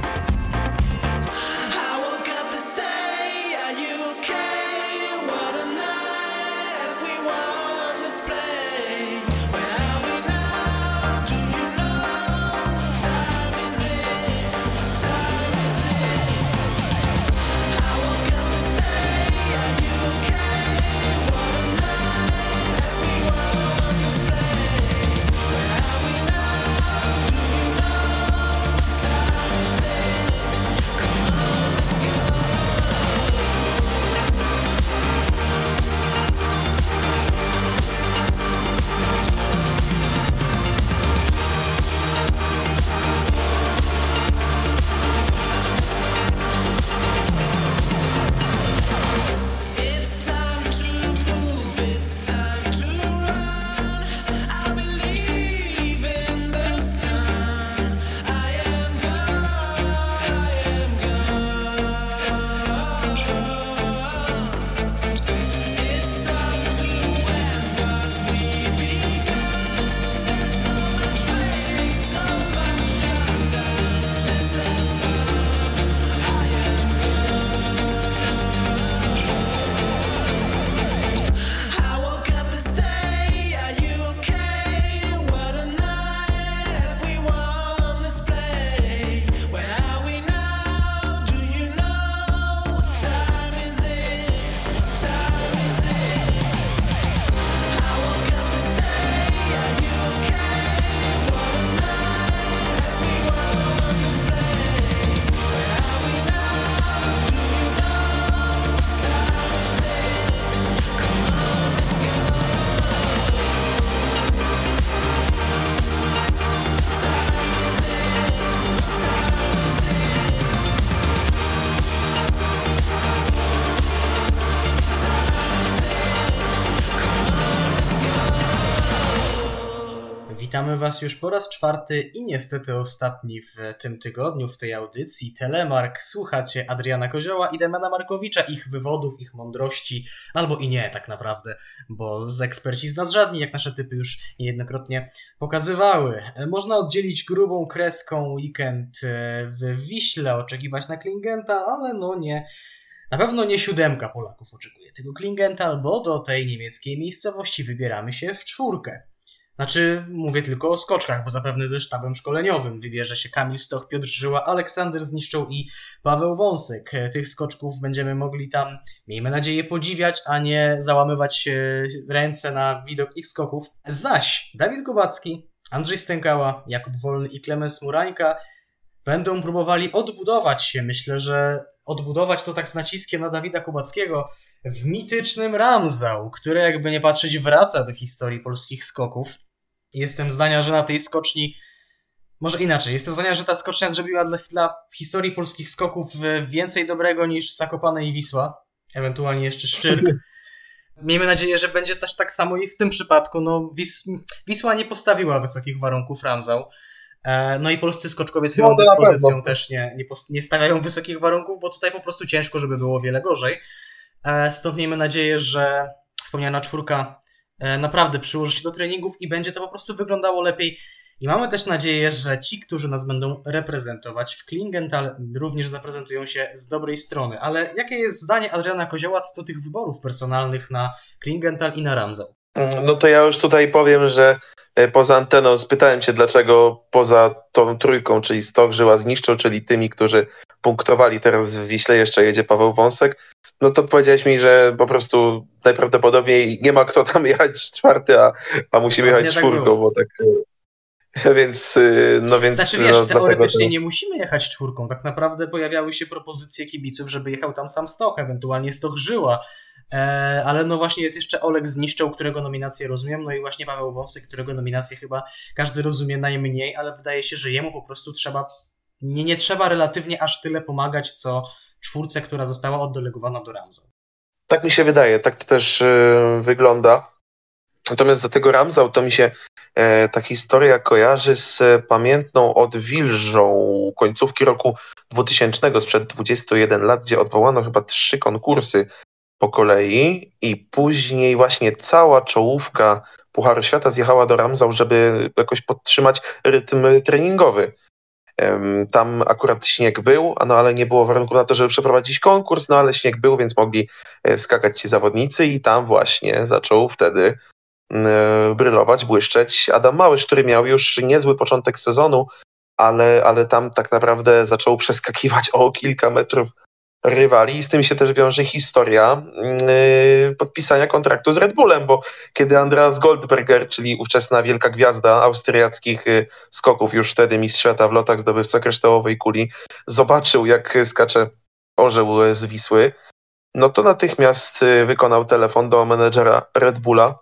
I woke up this day, are you okay? What a night, have we won this play? Where are we now? Do you know? Time is it, time is it. I woke up this day, are you okay? What a night, have we won this play? Where are we now? Do you know? Time is it. Come on, let's go. It's time to move, it's time to run. I believe in the sun. I am God, I am God. It's time to end what we begun. There's so much waiting, so much undone. Let's have fun. I am I woke up this day, are you okay? What a night, have we won this play? Where are we now? Do you know? Time is it, time is it. I woke up this day, are you okay? What a night, have we won this play? Where are we now? Do you know? Time is it. Come on, let's go. Time is it, time is it. Time is it. Come on, let's go. Witamy Was już po raz czwarty i niestety ostatni w tym tygodniu, w tej audycji Telemark. Słuchacie Adriana Kozioła i Damiana Markowicza, ich wywodów, ich mądrości, albo i nie tak naprawdę, bo z eksperci z nas żadni, jak nasze typy już niejednokrotnie pokazywały. Można oddzielić grubą kreską weekend w Wiśle, oczekiwać na Klingenthal, ale no nie, na pewno nie siódemka Polaków oczekuje tego Klingenthal, bo do tej niemieckiej miejscowości wybieramy się w czwórkę. Znaczy, mówię tylko o skoczkach, bo zapewne ze sztabem szkoleniowym wybierze się Kamil Stoch, Piotr Żyła, Aleksander Zniszczą i Paweł Wąsek. Tych skoczków będziemy mogli tam, miejmy nadzieję, podziwiać, a nie załamywać ręce na widok ich skoków. Zaś Dawid Kubacki, Andrzej Stękała, Jakub Wolny i Klemens Murańka będą próbowali odbudować się. Myślę, że odbudować to tak z naciskiem na Dawida Kubackiego w mitycznym Ramsau, który jakby nie patrzeć wraca do historii polskich skoków. Jestem zdania, że na tej skoczni, może inaczej, jestem zdania, że ta skocznia zrobiła dla, dla historii polskich skoków więcej dobrego niż Zakopane i Wisła, ewentualnie jeszcze Szczyrk. Miejmy nadzieję, że będzie też tak samo i w tym przypadku. No, Wis- Wisła nie postawiła wysokich warunków Ramsau. No i polscy skoczkowie swoją No, to na dyspozycją pewno. też nie, nie, post- nie stawiają wysokich warunków, bo tutaj po prostu ciężko, żeby było wiele gorzej. Stąd miejmy nadzieję, że wspomniana czwórka naprawdę przyłoży się do treningów i będzie to po prostu wyglądało lepiej. I mamy też nadzieję, że ci, którzy nas będą reprezentować w Klingenthal, również zaprezentują się z dobrej strony. Ale jakie jest zdanie Adriana Kozioła co do tych wyborów personalnych na Klingenthal i na Ramsau? No to ja już tutaj powiem, że poza anteną spytałem cię, dlaczego poza tą trójką, czyli Stoch, Żyła, Zniszczą, czyli tymi, którzy punktowali teraz w Wiśle, jeszcze jedzie Paweł Wąsek, no to powiedziałeś mi, że po prostu najprawdopodobniej nie ma kto tam jechać czwarty, a, a musimy No, jechać nie tak czwórką, było. bo tak... Więc, no więc... Znaczy wiesz, no, teoretycznie dlatego nie musimy jechać czwórką. Tak naprawdę pojawiały się propozycje kibiców, żeby jechał tam sam Stoch, ewentualnie Stoch Żyła. E, ale no właśnie jest jeszcze Oleg Zniszczą, którego nominację rozumiem, no i właśnie Paweł Wąsek, którego nominację chyba każdy rozumie najmniej, ale wydaje się, że jemu po prostu trzeba, nie, nie trzeba relatywnie aż tyle pomagać, co czwórce, która została oddelegowana do Ramsau. Tak mi się wydaje, tak to też y, wygląda. Natomiast do tego Ramsau to mi się e, ta historia kojarzy z e, pamiętną odwilżą końcówki roku dwutysięcznego, sprzed dwudziestu jeden lat, gdzie odwołano chyba trzy konkursy po kolei i później właśnie cała czołówka Pucharu Świata zjechała do Ramsau, żeby jakoś podtrzymać rytm treningowy. Em, Tam akurat śnieg był, a no ale nie było warunku na to, żeby przeprowadzić konkurs, no ale śnieg był, więc mogli e, skakać ci zawodnicy i tam właśnie zaczął wtedy e, brylować, błyszczeć Adam Małysz, który miał już niezły początek sezonu, ale, ale tam tak naprawdę zaczął przeskakiwać o kilka metrów rywali i z tym się też wiąże historia yy, podpisania kontraktu z Red Bullem, bo kiedy Andreas Goldberger, czyli ówczesna wielka gwiazda austriackich yy, skoków, już wtedy mistrz świata w lotach, zdobywca kryształowej kuli, zobaczył jak skacze orzeł z Wisły, no to natychmiast yy, wykonał telefon do menedżera Red Bulla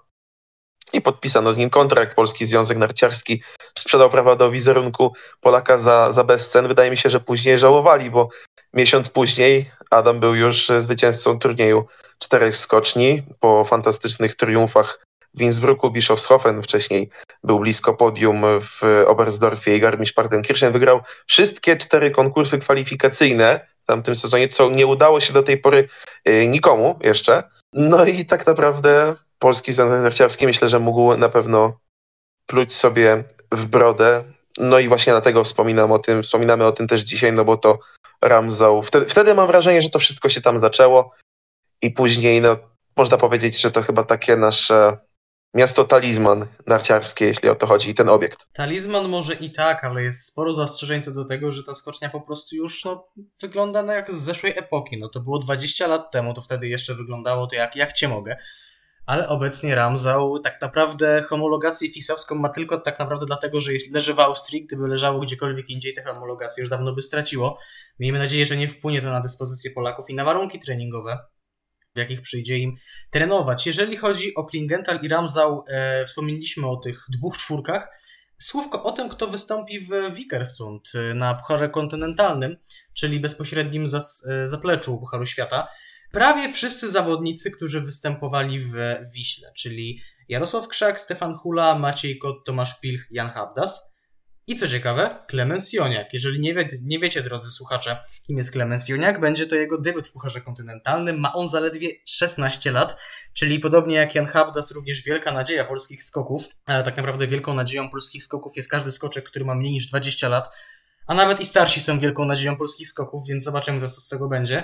i podpisano z nim kontrakt. Polski Związek Narciarski sprzedał prawa do wizerunku Polaka za, za bezcen. Wydaje mi się, że później żałowali, bo miesiąc później Adam był już zwycięzcą turnieju czterech skoczni po fantastycznych triumfach w Innsbrucku, Bischofshofen. Wcześniej był blisko podium w Oberstdorfie i Garmisch-Partenkirchen. Wygrał wszystkie cztery konkursy kwalifikacyjne w tamtym sezonie, co nie udało się do tej pory y, nikomu jeszcze. No i tak naprawdę Polski Związek Narciarski myślę, że mógł na pewno pluć sobie w brodę. No i właśnie dlatego wspominam o tym, wspominamy o tym też dzisiaj, no bo to Ramsau. Wtedy, wtedy mam wrażenie, że to wszystko się tam zaczęło i później, no można powiedzieć, że to chyba takie nasze miasto talizman narciarskie, jeśli o to chodzi, i ten obiekt. Talizman może i tak, ale jest sporo zastrzeżeń co do tego, że ta skocznia po prostu już no, wygląda na jak z zeszłej epoki. No to było dwadzieścia lat temu, to wtedy jeszcze wyglądało to jak, jak cię mogę. Ale obecnie Ramsau tak naprawdę homologację fisowską ma tylko tak naprawdę dlatego, że jeśli leży w Austrii, gdyby leżało gdziekolwiek indziej, te homologacje już dawno by straciło. Miejmy nadzieję, że nie wpłynie to na dyspozycję Polaków i na warunki treningowe, w jakich przyjdzie im trenować. Jeżeli chodzi o Klingenthal i Ramsau, e, wspomnieliśmy o tych dwóch czwórkach. Słówko o tym, kto wystąpi w Vikersund na Pucharze Kontynentalnym, czyli bezpośrednim zas, zapleczu Pucharu Świata. Prawie wszyscy zawodnicy, którzy występowali w Wiśle, czyli Jarosław Krzak, Stefan Hula, Maciej Kot, Tomasz Pilch, Jan Habdas. I co ciekawe, Klemens Joniak. Jeżeli nie, wie, nie wiecie, drodzy słuchacze, kim jest Klemens Joniak, będzie to jego debiut w Pucharze Kontynentalnym. Ma on zaledwie szesnaście lat, czyli podobnie jak Jan Habdas, również wielka nadzieja polskich skoków, ale tak naprawdę wielką nadzieją polskich skoków jest każdy skoczek, który ma mniej niż dwadzieścia lat, a nawet i starsi są wielką nadzieją polskich skoków, więc zobaczymy, co z tego będzie.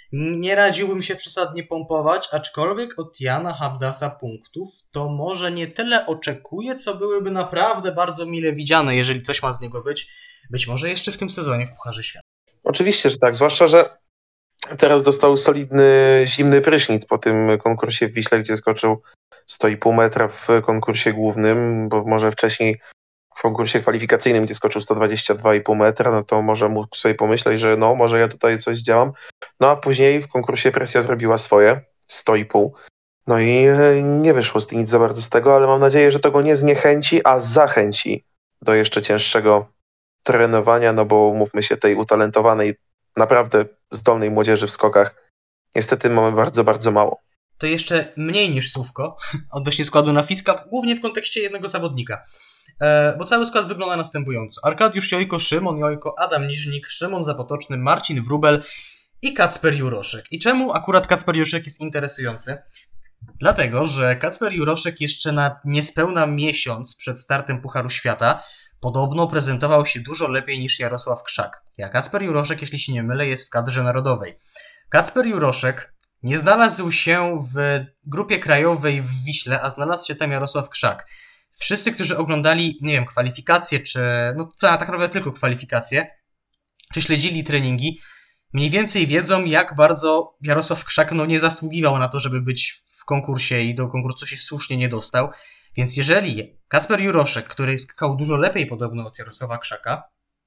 Nie radziłbym się przesadnie pompować, aczkolwiek od Jana Habdasa punktów to może nie tyle oczekuję, co byłyby naprawdę bardzo mile widziane, jeżeli coś ma z niego być. Być może jeszcze w tym sezonie w Pucharze Świata. Oczywiście, że tak, zwłaszcza, że teraz dostał solidny, zimny prysznic po tym konkursie w Wiśle, gdzie skoczył sto i pół metra w konkursie głównym, bo może wcześniej w konkursie kwalifikacyjnym, gdzie skoczył sto dwadzieścia dwa i pół metra, no to może mógł sobie pomyśleć, że no, może ja tutaj coś działam. No a później w konkursie presja zrobiła swoje, sto i pół. No i nie wyszło z nic za bardzo z tego, ale mam nadzieję, że to go nie zniechęci, a zachęci do jeszcze cięższego trenowania, no bo mówmy się, tej utalentowanej, naprawdę zdolnej młodzieży w skokach niestety mamy bardzo, bardzo mało. To jeszcze mniej niż słówko odnośnie składu na Fiskap, głównie w kontekście jednego zawodnika. E, bo cały skład wygląda następująco. Arkadiusz Jojko, Szymon Jojko, Adam Niżnik, Szymon Zapotoczny, Marcin Wróbel i Kacper Juroszek. I czemu akurat Kacper Juroszek jest interesujący? Dlatego, że Kacper Juroszek jeszcze na niespełna miesiąc przed startem Pucharu Świata podobno prezentował się dużo lepiej niż Jarosław Krzak. Ja Kacper Juroszek, jeśli się nie mylę, jest w kadrze narodowej. Kacper Juroszek nie znalazł się w grupie krajowej w Wiśle, a znalazł się tam Jarosław Krzak. Wszyscy, którzy oglądali, nie wiem, kwalifikacje, czy no tak naprawdę tylko kwalifikacje, czy śledzili treningi, mniej więcej wiedzą, jak bardzo Jarosław Krzak no, nie zasługiwał na to, żeby być w konkursie i do konkursu się słusznie nie dostał. Więc jeżeli Kacper Juroszek, który skakał dużo lepiej podobno od Jarosława Krzaka,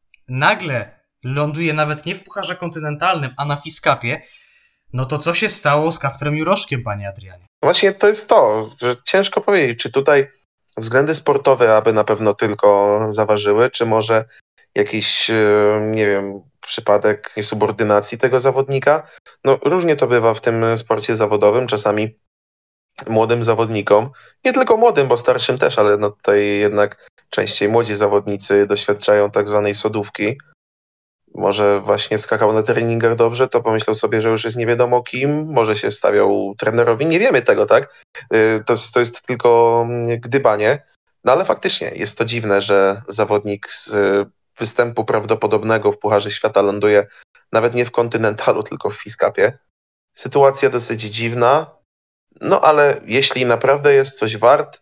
nagle ląduje nawet nie w Pucharze Kontynentalnym, a na Fiskapie, no to co się stało z Kacprem Juroszkiem, panie Adrianie? Właśnie to jest to, że ciężko powiedzieć, czy tutaj względy sportowe aby na pewno tylko zaważyły, czy może jakiś, nie wiem, przypadek niesubordynacji tego zawodnika. No różnie to bywa w tym sporcie zawodowym, czasami młodym zawodnikom, nie tylko młodym, bo starszym też, ale no tutaj jednak częściej młodzi zawodnicy doświadczają tak zwanej sodówki. Może właśnie skakał na treningach dobrze, to pomyślał sobie, że już jest nie wiadomo kim, może się stawiał trenerowi, nie wiemy tego, tak? To, to jest tylko gdybanie, no ale faktycznie jest to dziwne, że zawodnik z występu prawdopodobnego w Pucharze Świata ląduje nawet nie w Kontynentalu, tylko w Fiskapie. Sytuacja dosyć dziwna, no ale jeśli naprawdę jest coś wart,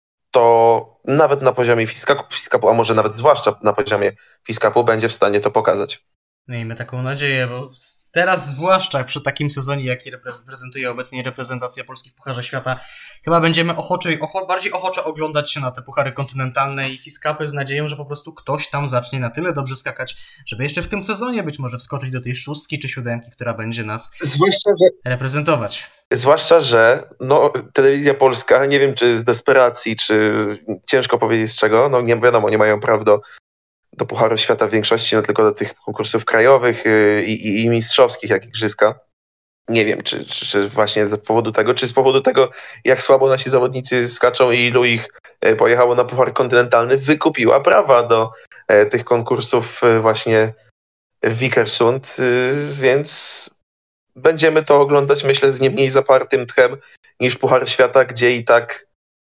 to nawet na poziomie Fiskapu, Fiskapu, a może nawet zwłaszcza na poziomie Fiskapu będzie w stanie to pokazać. Miejmy taką nadzieję, bo teraz zwłaszcza przy takim sezonie, jaki reprezentuje obecnie reprezentacja Polski w Pucharze Świata, chyba będziemy ochoczy, ocho, bardziej ochoczo oglądać się na te puchary kontynentalne i Fiskapy z nadzieją, że po prostu ktoś tam zacznie na tyle dobrze skakać, żeby jeszcze w tym sezonie być może wskoczyć do tej szóstki czy siódemki, która będzie nas Zwłaszcza, że... reprezentować. Zwłaszcza, że no, telewizja polska, nie wiem czy z desperacji, czy ciężko powiedzieć z czego, no nie wiadomo, nie mają praw do, do Pucharu Świata w większości, no tylko do tych konkursów krajowych i, i, i mistrzowskich, jak igrzyska. Nie wiem, czy, czy, czy właśnie z powodu tego, czy z powodu tego, jak słabo nasi zawodnicy skaczą i ilu ich pojechało na Puchar Kontynentalny, wykupiła prawa do e, tych konkursów właśnie w Vikersund, e, więc będziemy to oglądać, myślę, z nie mniej zapartym tchem niż Puchar Świata, gdzie i tak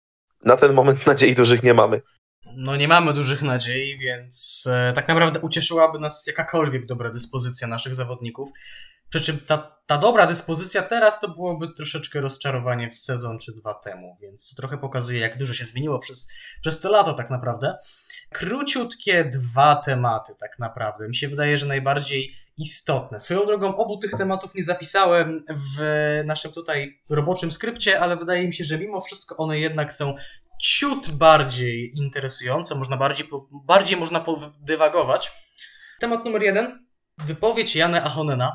na ten moment nadziei dużych nie mamy. No nie mamy dużych nadziei, więc e, tak naprawdę ucieszyłaby nas jakakolwiek dobra dyspozycja naszych zawodników. Przy czym ta, ta dobra dyspozycja teraz to byłoby troszeczkę rozczarowanie w sezon czy dwa temu, więc to trochę pokazuje, jak dużo się zmieniło przez, przez to lato tak naprawdę. Króciutkie dwa tematy tak naprawdę. Mi się wydaje, że najbardziej istotne. Swoją drogą obu tych tematów nie zapisałem w naszym tutaj roboczym skrypcie, ale wydaje mi się, że mimo wszystko one jednak są ciut bardziej interesujące, można bardziej, bardziej można podywagować. Temat numer jeden. Wypowiedź Janne Ahonena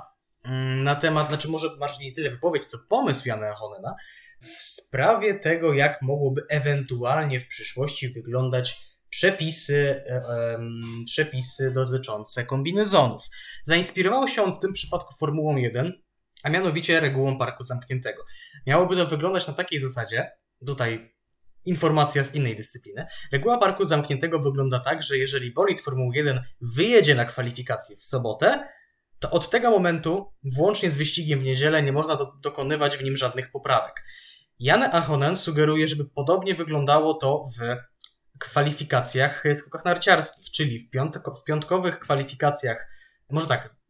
na temat, znaczy może bardziej nie tyle wypowiedź, co pomysł Janne Ahonena w sprawie tego, jak mogłoby ewentualnie w przyszłości wyglądać przepisy, um, przepisy dotyczące kombinezonów. Zainspirował się on w tym przypadku Formułą jeden, a mianowicie regułą parku zamkniętego. Miałoby to wyglądać na takiej zasadzie, tutaj informacja z innej dyscypliny. Reguła parku zamkniętego wygląda tak, że jeżeli bolid Formuły jeden wyjedzie na kwalifikację w sobotę, to od tego momentu, włącznie z wyścigiem w niedzielę, nie można do, dokonywać w nim żadnych poprawek. Janne Ahonen sugeruje, żeby podobnie wyglądało to w kwalifikacjach, skokach narciarskich, czyli w, piątko, w piątkowych kwalifikacjach, może tak,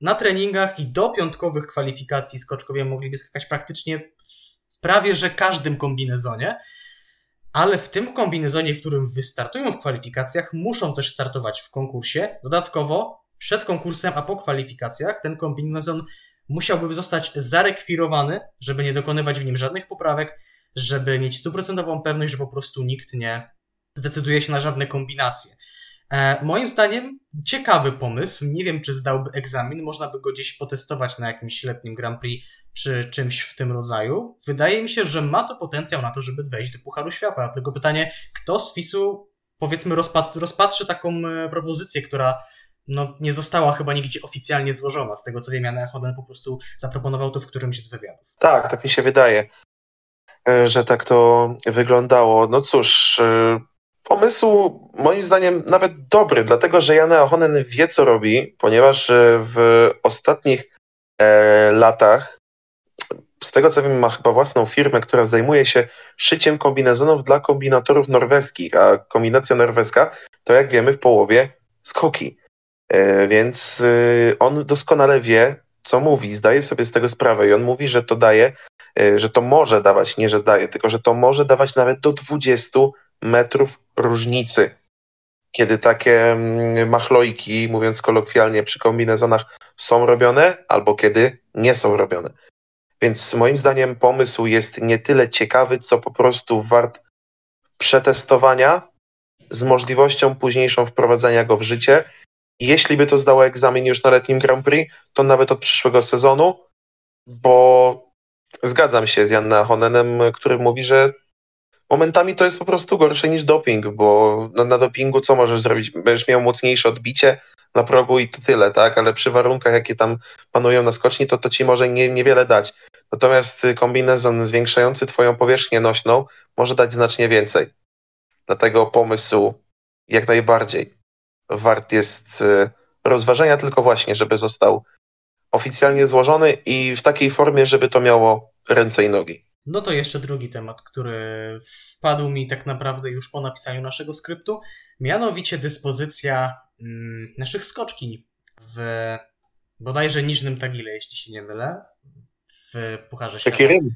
na treningach i do piątkowych kwalifikacji skoczkowie mogliby skakać praktycznie w prawie że każdym kombinezonie, ale w tym kombinezonie, w którym wystartują w kwalifikacjach, muszą też startować w konkursie. Dodatkowo przed konkursem, a po kwalifikacjach ten kombinezon musiałby zostać zarekwirowany, żeby nie dokonywać w nim żadnych poprawek, żeby mieć stuprocentową pewność, że po prostu nikt nie zdecyduje się na żadne kombinacje. E, moim zdaniem ciekawy pomysł, nie wiem czy zdałby egzamin, można by go gdzieś potestować na jakimś letnim Grand Prix czy czymś w tym rodzaju. Wydaje mi się, że ma to potencjał na to, żeby wejść do Pucharu Świata, tylko pytanie, kto z fisu powiedzmy rozpat- rozpatrzy taką e, propozycję, która no, nie została chyba nigdzie oficjalnie złożona. Z tego co wiem, Jan Ahonen po prostu zaproponował to w którymś z wywiadów. Tak, tak mi się wydaje, e, że tak to wyglądało. No cóż, e, pomysł moim zdaniem nawet dobry, dlatego że Jan Ahonen wie co robi, ponieważ e, w ostatnich e, latach, z tego co wiem, ma chyba własną firmę, która zajmuje się szyciem kombinezonów dla kombinatorów norweskich, a kombinacja norweska to jak wiemy w połowie skoki. E, Więc e, on doskonale wie, co mówi, zdaje sobie z tego sprawę i on mówi, że to daje, e, że to może dawać, nie że daje, tylko że to może dawać nawet do dwudziestu metrów różnicy. Kiedy takie mm, machlojki, mówiąc kolokwialnie, przy kombinezonach są robione, albo kiedy nie są robione. Więc moim zdaniem pomysł jest nie tyle ciekawy, co po prostu wart przetestowania z możliwością późniejszą wprowadzenia go w życie. Jeśli by to zdało egzamin już na letnim Grand Prix, to nawet od przyszłego sezonu, bo zgadzam się z Jannem Ahonenem, który mówi, że momentami to jest po prostu gorsze niż doping, bo na, na dopingu co możesz zrobić? Będziesz miał mocniejsze odbicie na progu i to tyle, tak? Ale przy warunkach, jakie tam panują na skoczni, to to ci może nie, niewiele dać. Natomiast kombinezon zwiększający twoją powierzchnię nośną może dać znacznie więcej. Dlatego pomysł jak najbardziej wart jest y, rozważenia, tylko właśnie, żeby został oficjalnie złożony i w takiej formie, żeby to miało ręce i nogi. No to jeszcze drugi temat, który wpadł mi tak naprawdę już po napisaniu naszego skryptu, mianowicie dyspozycja mm, naszych skoczkiń w bodajże Niżnym Tagile, jeśli się nie mylę, w Pucharze Świata. Jaki rym?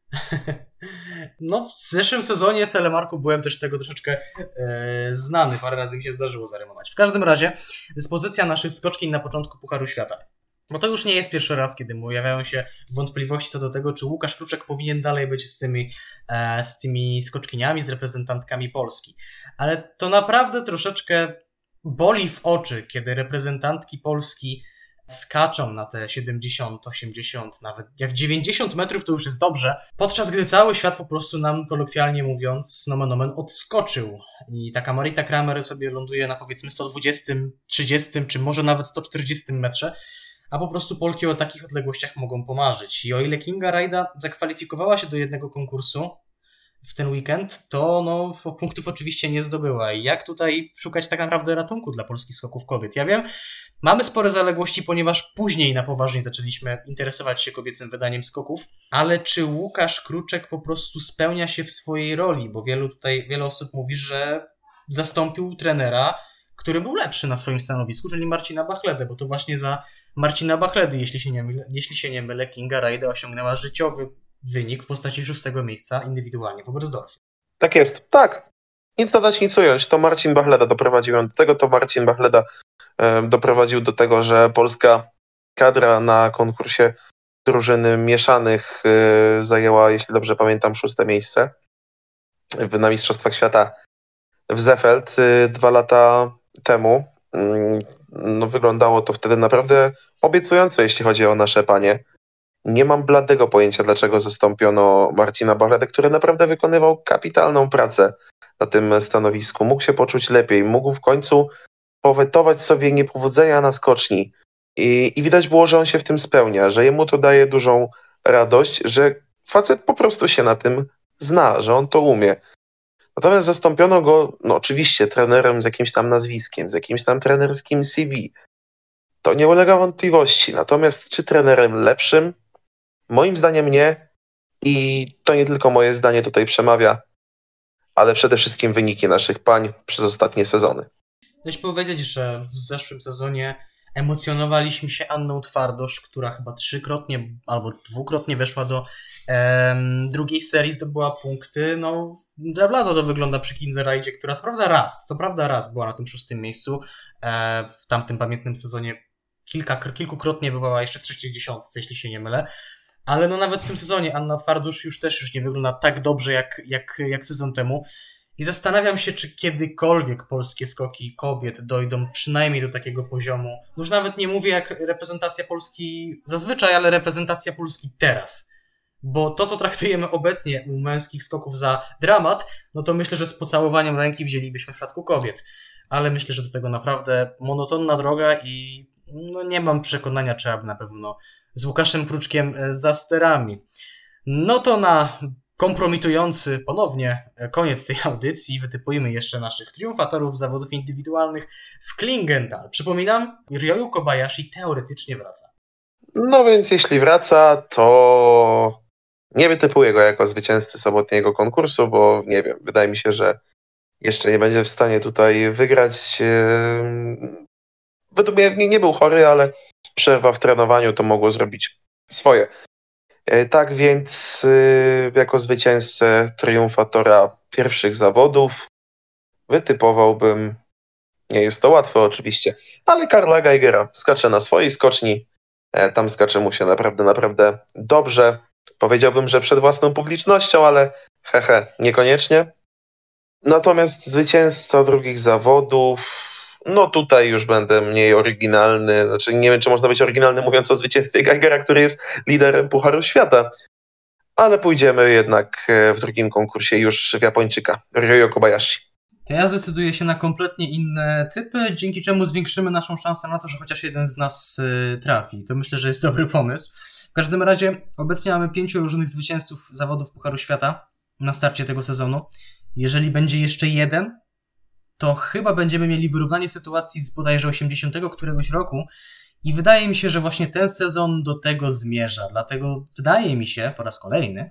No w zeszłym sezonie w Telemarku byłem też tego troszeczkę e, znany, parę razy mi się zdarzyło zarymować. W każdym razie dyspozycja naszych skoczkiń na początku Pucharu Świata. Bo to już nie jest pierwszy raz, kiedy pojawiają się wątpliwości co do tego, czy Łukasz Kruczek powinien dalej być z tymi, e, z tymi skoczkiniami, z reprezentantkami Polski. Ale to naprawdę troszeczkę boli w oczy, kiedy reprezentantki Polski skaczą na te siedemdziesiąt, osiemdziesiąt, nawet jak dziewięćdziesiąt metrów to już jest dobrze, podczas gdy cały świat po prostu nam, kolokwialnie mówiąc, nomen omen, odskoczył. I taka Marita Kramer sobie ląduje na powiedzmy sto dwudziestym, trzydziestym, czy może nawet sto czterdziestym metrze, a po prostu Polki o takich odległościach mogą pomarzyć. I o ile Kinga Rajda zakwalifikowała się do jednego konkursu w ten weekend, to no, punktów oczywiście nie zdobyła. I jak tutaj szukać tak naprawdę ratunku dla polskich skoków kobiet? Ja wiem, mamy spore zaległości, ponieważ później na poważnie zaczęliśmy interesować się kobiecym wydaniem skoków, ale czy Łukasz Kruczek po prostu spełnia się w swojej roli? Bo wielu tutaj, wiele osób mówi, że zastąpił trenera, który był lepszy na swoim stanowisku, czyli Marcina Bachledę, bo to właśnie za Marcina Bachledy, jeśli się nie mylę, jeśli się nie mylę, Kinga Rajda osiągnęła życiowy wynik w postaci szóstego miejsca indywidualnie w Oberstdorfie. Tak jest, tak. Nic dodać, nic ująć. To Marcin Bachleda doprowadził ją do tego, to Marcin Bachleda e, doprowadził do tego, że polska kadra na konkursie drużyn mieszanych e, zajęła, jeśli dobrze pamiętam, szóste miejsce w, na Mistrzostwach Świata w Zefeld e, dwa lata temu. Mm, no, wyglądało to wtedy naprawdę obiecująco, jeśli chodzi o nasze panie. Nie mam bladego pojęcia, dlaczego zastąpiono Marcina Bachledę, który naprawdę wykonywał kapitalną pracę na tym stanowisku. Mógł się poczuć lepiej, mógł w końcu powetować sobie niepowodzenia na skoczni. I, I widać było, że on się w tym spełnia, że jemu to daje dużą radość, że facet po prostu się na tym zna, że on to umie. Natomiast zastąpiono go, no oczywiście, trenerem z jakimś tam nazwiskiem, z jakimś tam trenerskim C V. To nie ulega wątpliwości. Natomiast czy trenerem lepszym? Moim zdaniem nie. I to nie tylko moje zdanie tutaj przemawia, ale przede wszystkim wyniki naszych pań przez ostatnie sezony. Dość powiedzieć, że w zeszłym sezonie emocjonowaliśmy się Anną Twardosz, która chyba trzykrotnie albo dwukrotnie weszła do em, drugiej serii, zdobyła punkty. No, dla Blado to wygląda przy Kinzerajdzie, która co prawda raz, co prawda raz była na tym szóstym miejscu, e, w tamtym pamiętnym sezonie kilka, kilkukrotnie bywała jeszcze w trzeciej dziesiątce, jeśli się nie mylę. Ale no nawet w tym sezonie Anna Twardosz już też już nie wygląda tak dobrze jak, jak, jak sezon temu. I zastanawiam się, czy kiedykolwiek polskie skoki kobiet dojdą przynajmniej do takiego poziomu. No już nawet nie mówię jak reprezentacja Polski zazwyczaj, ale reprezentacja Polski teraz. Bo to, co traktujemy obecnie u męskich skoków za dramat, no to myślę, że z pocałowaniem ręki wzięlibyśmy w przypadku kobiet. Ale myślę, że do tego naprawdę monotonna droga i no nie mam przekonania, czy aby na pewno z Łukaszem Kruczkiem za sterami. No to na kompromitujący ponownie koniec tej audycji wytypujemy jeszcze naszych triumfatorów zawodów indywidualnych w Klingenthal. Przypominam, Ryoyu Kobayashi teoretycznie wraca. No więc jeśli wraca, to nie wytypuję go jako zwycięzcy sobotniego konkursu, bo nie wiem, wydaje mi się, że jeszcze nie będzie w stanie tutaj wygrać. Według mnie nie, nie był chory, ale przerwa w trenowaniu to mogło zrobić swoje. Tak więc jako zwycięzcę triumfatora pierwszych zawodów wytypowałbym, nie jest to łatwe oczywiście, ale Karla Geigera. Skacze na swojej skoczni, tam skacze mu się naprawdę, naprawdę dobrze. Powiedziałbym, że przed własną publicznością, ale hehe, niekoniecznie. Natomiast zwycięzca drugich zawodów, no tutaj już będę mniej oryginalny, znaczy nie wiem, czy można być oryginalny mówiąc o zwycięstwie Geigera, który jest liderem Pucharu Świata, ale pójdziemy jednak w drugim konkursie już w Japończyka, Ryoyu Kobayashi. To ja zdecyduję się na kompletnie inne typy, dzięki czemu zwiększymy naszą szansę na to, że chociaż jeden z nas y, trafi. To myślę, że jest dobry pomysł. W każdym razie obecnie mamy pięciu różnych zwycięzców zawodów Pucharu Świata na starcie tego sezonu. Jeżeli będzie jeszcze jeden, to chyba będziemy mieli wyrównanie sytuacji z bodajże osiemdziesiątego któregoś roku i wydaje mi się, że właśnie ten sezon do tego zmierza. Dlatego wydaje mi się po raz kolejny,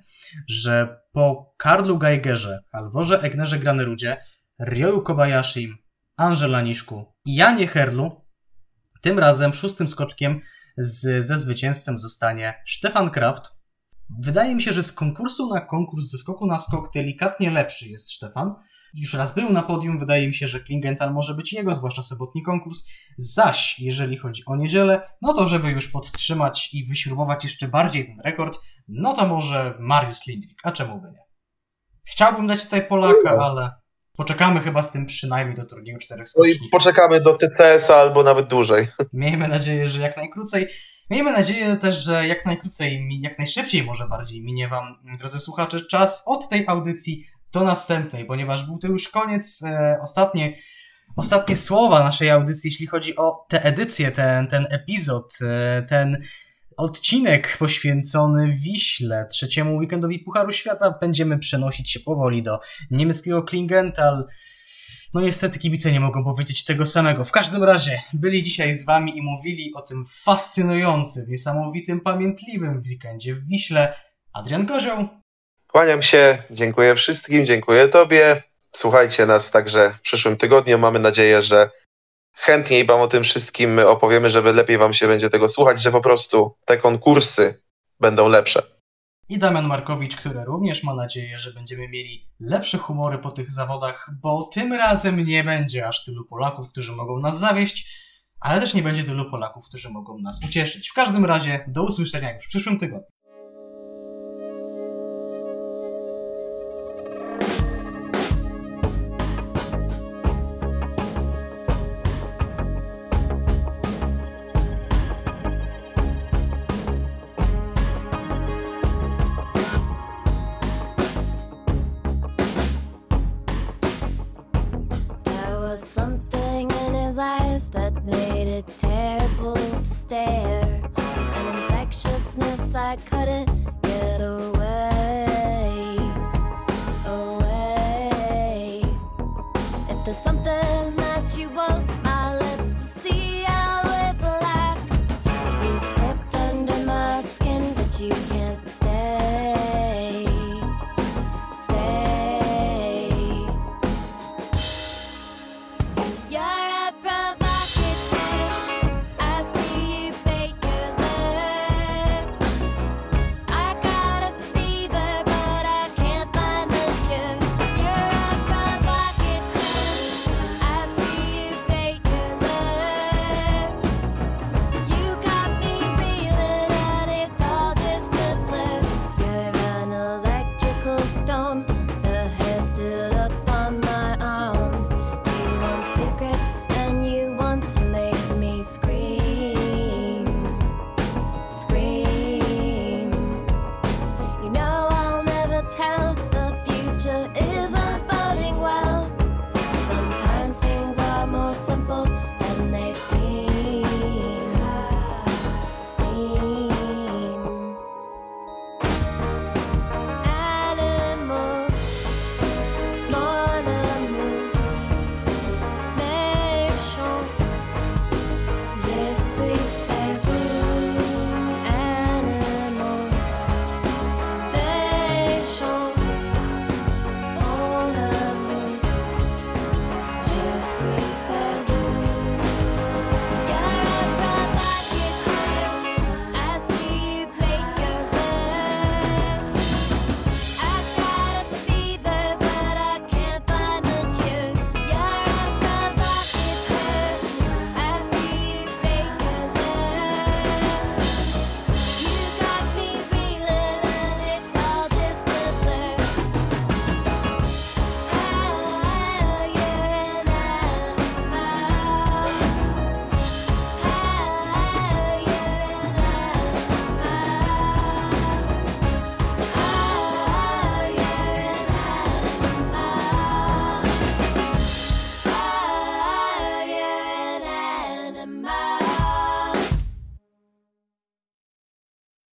że po Karlu Geigerze, Halvorze Egnerze Granerudzie, Ryoyu Kobayashim, Andrze Laniszku i Janie Herlu, tym razem szóstym skoczkiem z, ze zwycięstwem zostanie Stefan Kraft. Wydaje mi się, że z konkursu na konkurs, ze skoku na skok delikatnie lepszy jest Stefan. Już raz był na podium, wydaje mi się, że Klingenthal może być jego, zwłaszcza sobotni konkurs. Zaś, jeżeli chodzi o niedzielę, no to żeby już podtrzymać i wyśrubować jeszcze bardziej ten rekord, no to może Mariusz Lindvik, a czemu by nie? Chciałbym dać tutaj Polaka, ale poczekamy chyba z tym przynajmniej do turnieju czterech No i skoczni. poczekamy do T C S a albo nawet dłużej. Miejmy nadzieję, że jak najkrócej. Miejmy nadzieję też, że jak najkrócej, jak najszybciej może bardziej minie wam, drodzy słuchacze, czas od tej audycji do następnej, ponieważ był to już koniec, e, ostatnie, ostatnie słowa naszej audycji, jeśli chodzi o tę edycję, ten, ten epizod, e, ten odcinek poświęcony Wiśle, trzeciemu weekendowi Pucharu Świata. Będziemy przenosić się powoli do niemieckiego Klingenthal. No niestety kibice nie mogą powiedzieć tego samego. W każdym razie byli dzisiaj z wami i mówili o tym fascynującym, niesamowitym, pamiętliwym weekendzie w Wiśle Adrian Kozioł. Kłaniam się, dziękuję wszystkim, dziękuję tobie. Słuchajcie nas także w przyszłym tygodniu. Mamy nadzieję, że chętniej wam o tym wszystkim opowiemy, żeby lepiej wam się będzie tego słuchać, że po prostu te konkursy będą lepsze. I Damian Markowicz, który również ma nadzieję, że będziemy mieli lepsze humory po tych zawodach, bo tym razem nie będzie aż tylu Polaków, którzy mogą nas zawieść, ale też nie będzie tylu Polaków, którzy mogą nas ucieszyć. W każdym razie do usłyszenia już w przyszłym tygodniu. There was something in his eyes that made it terrible to stare. An infectiousness I couldn't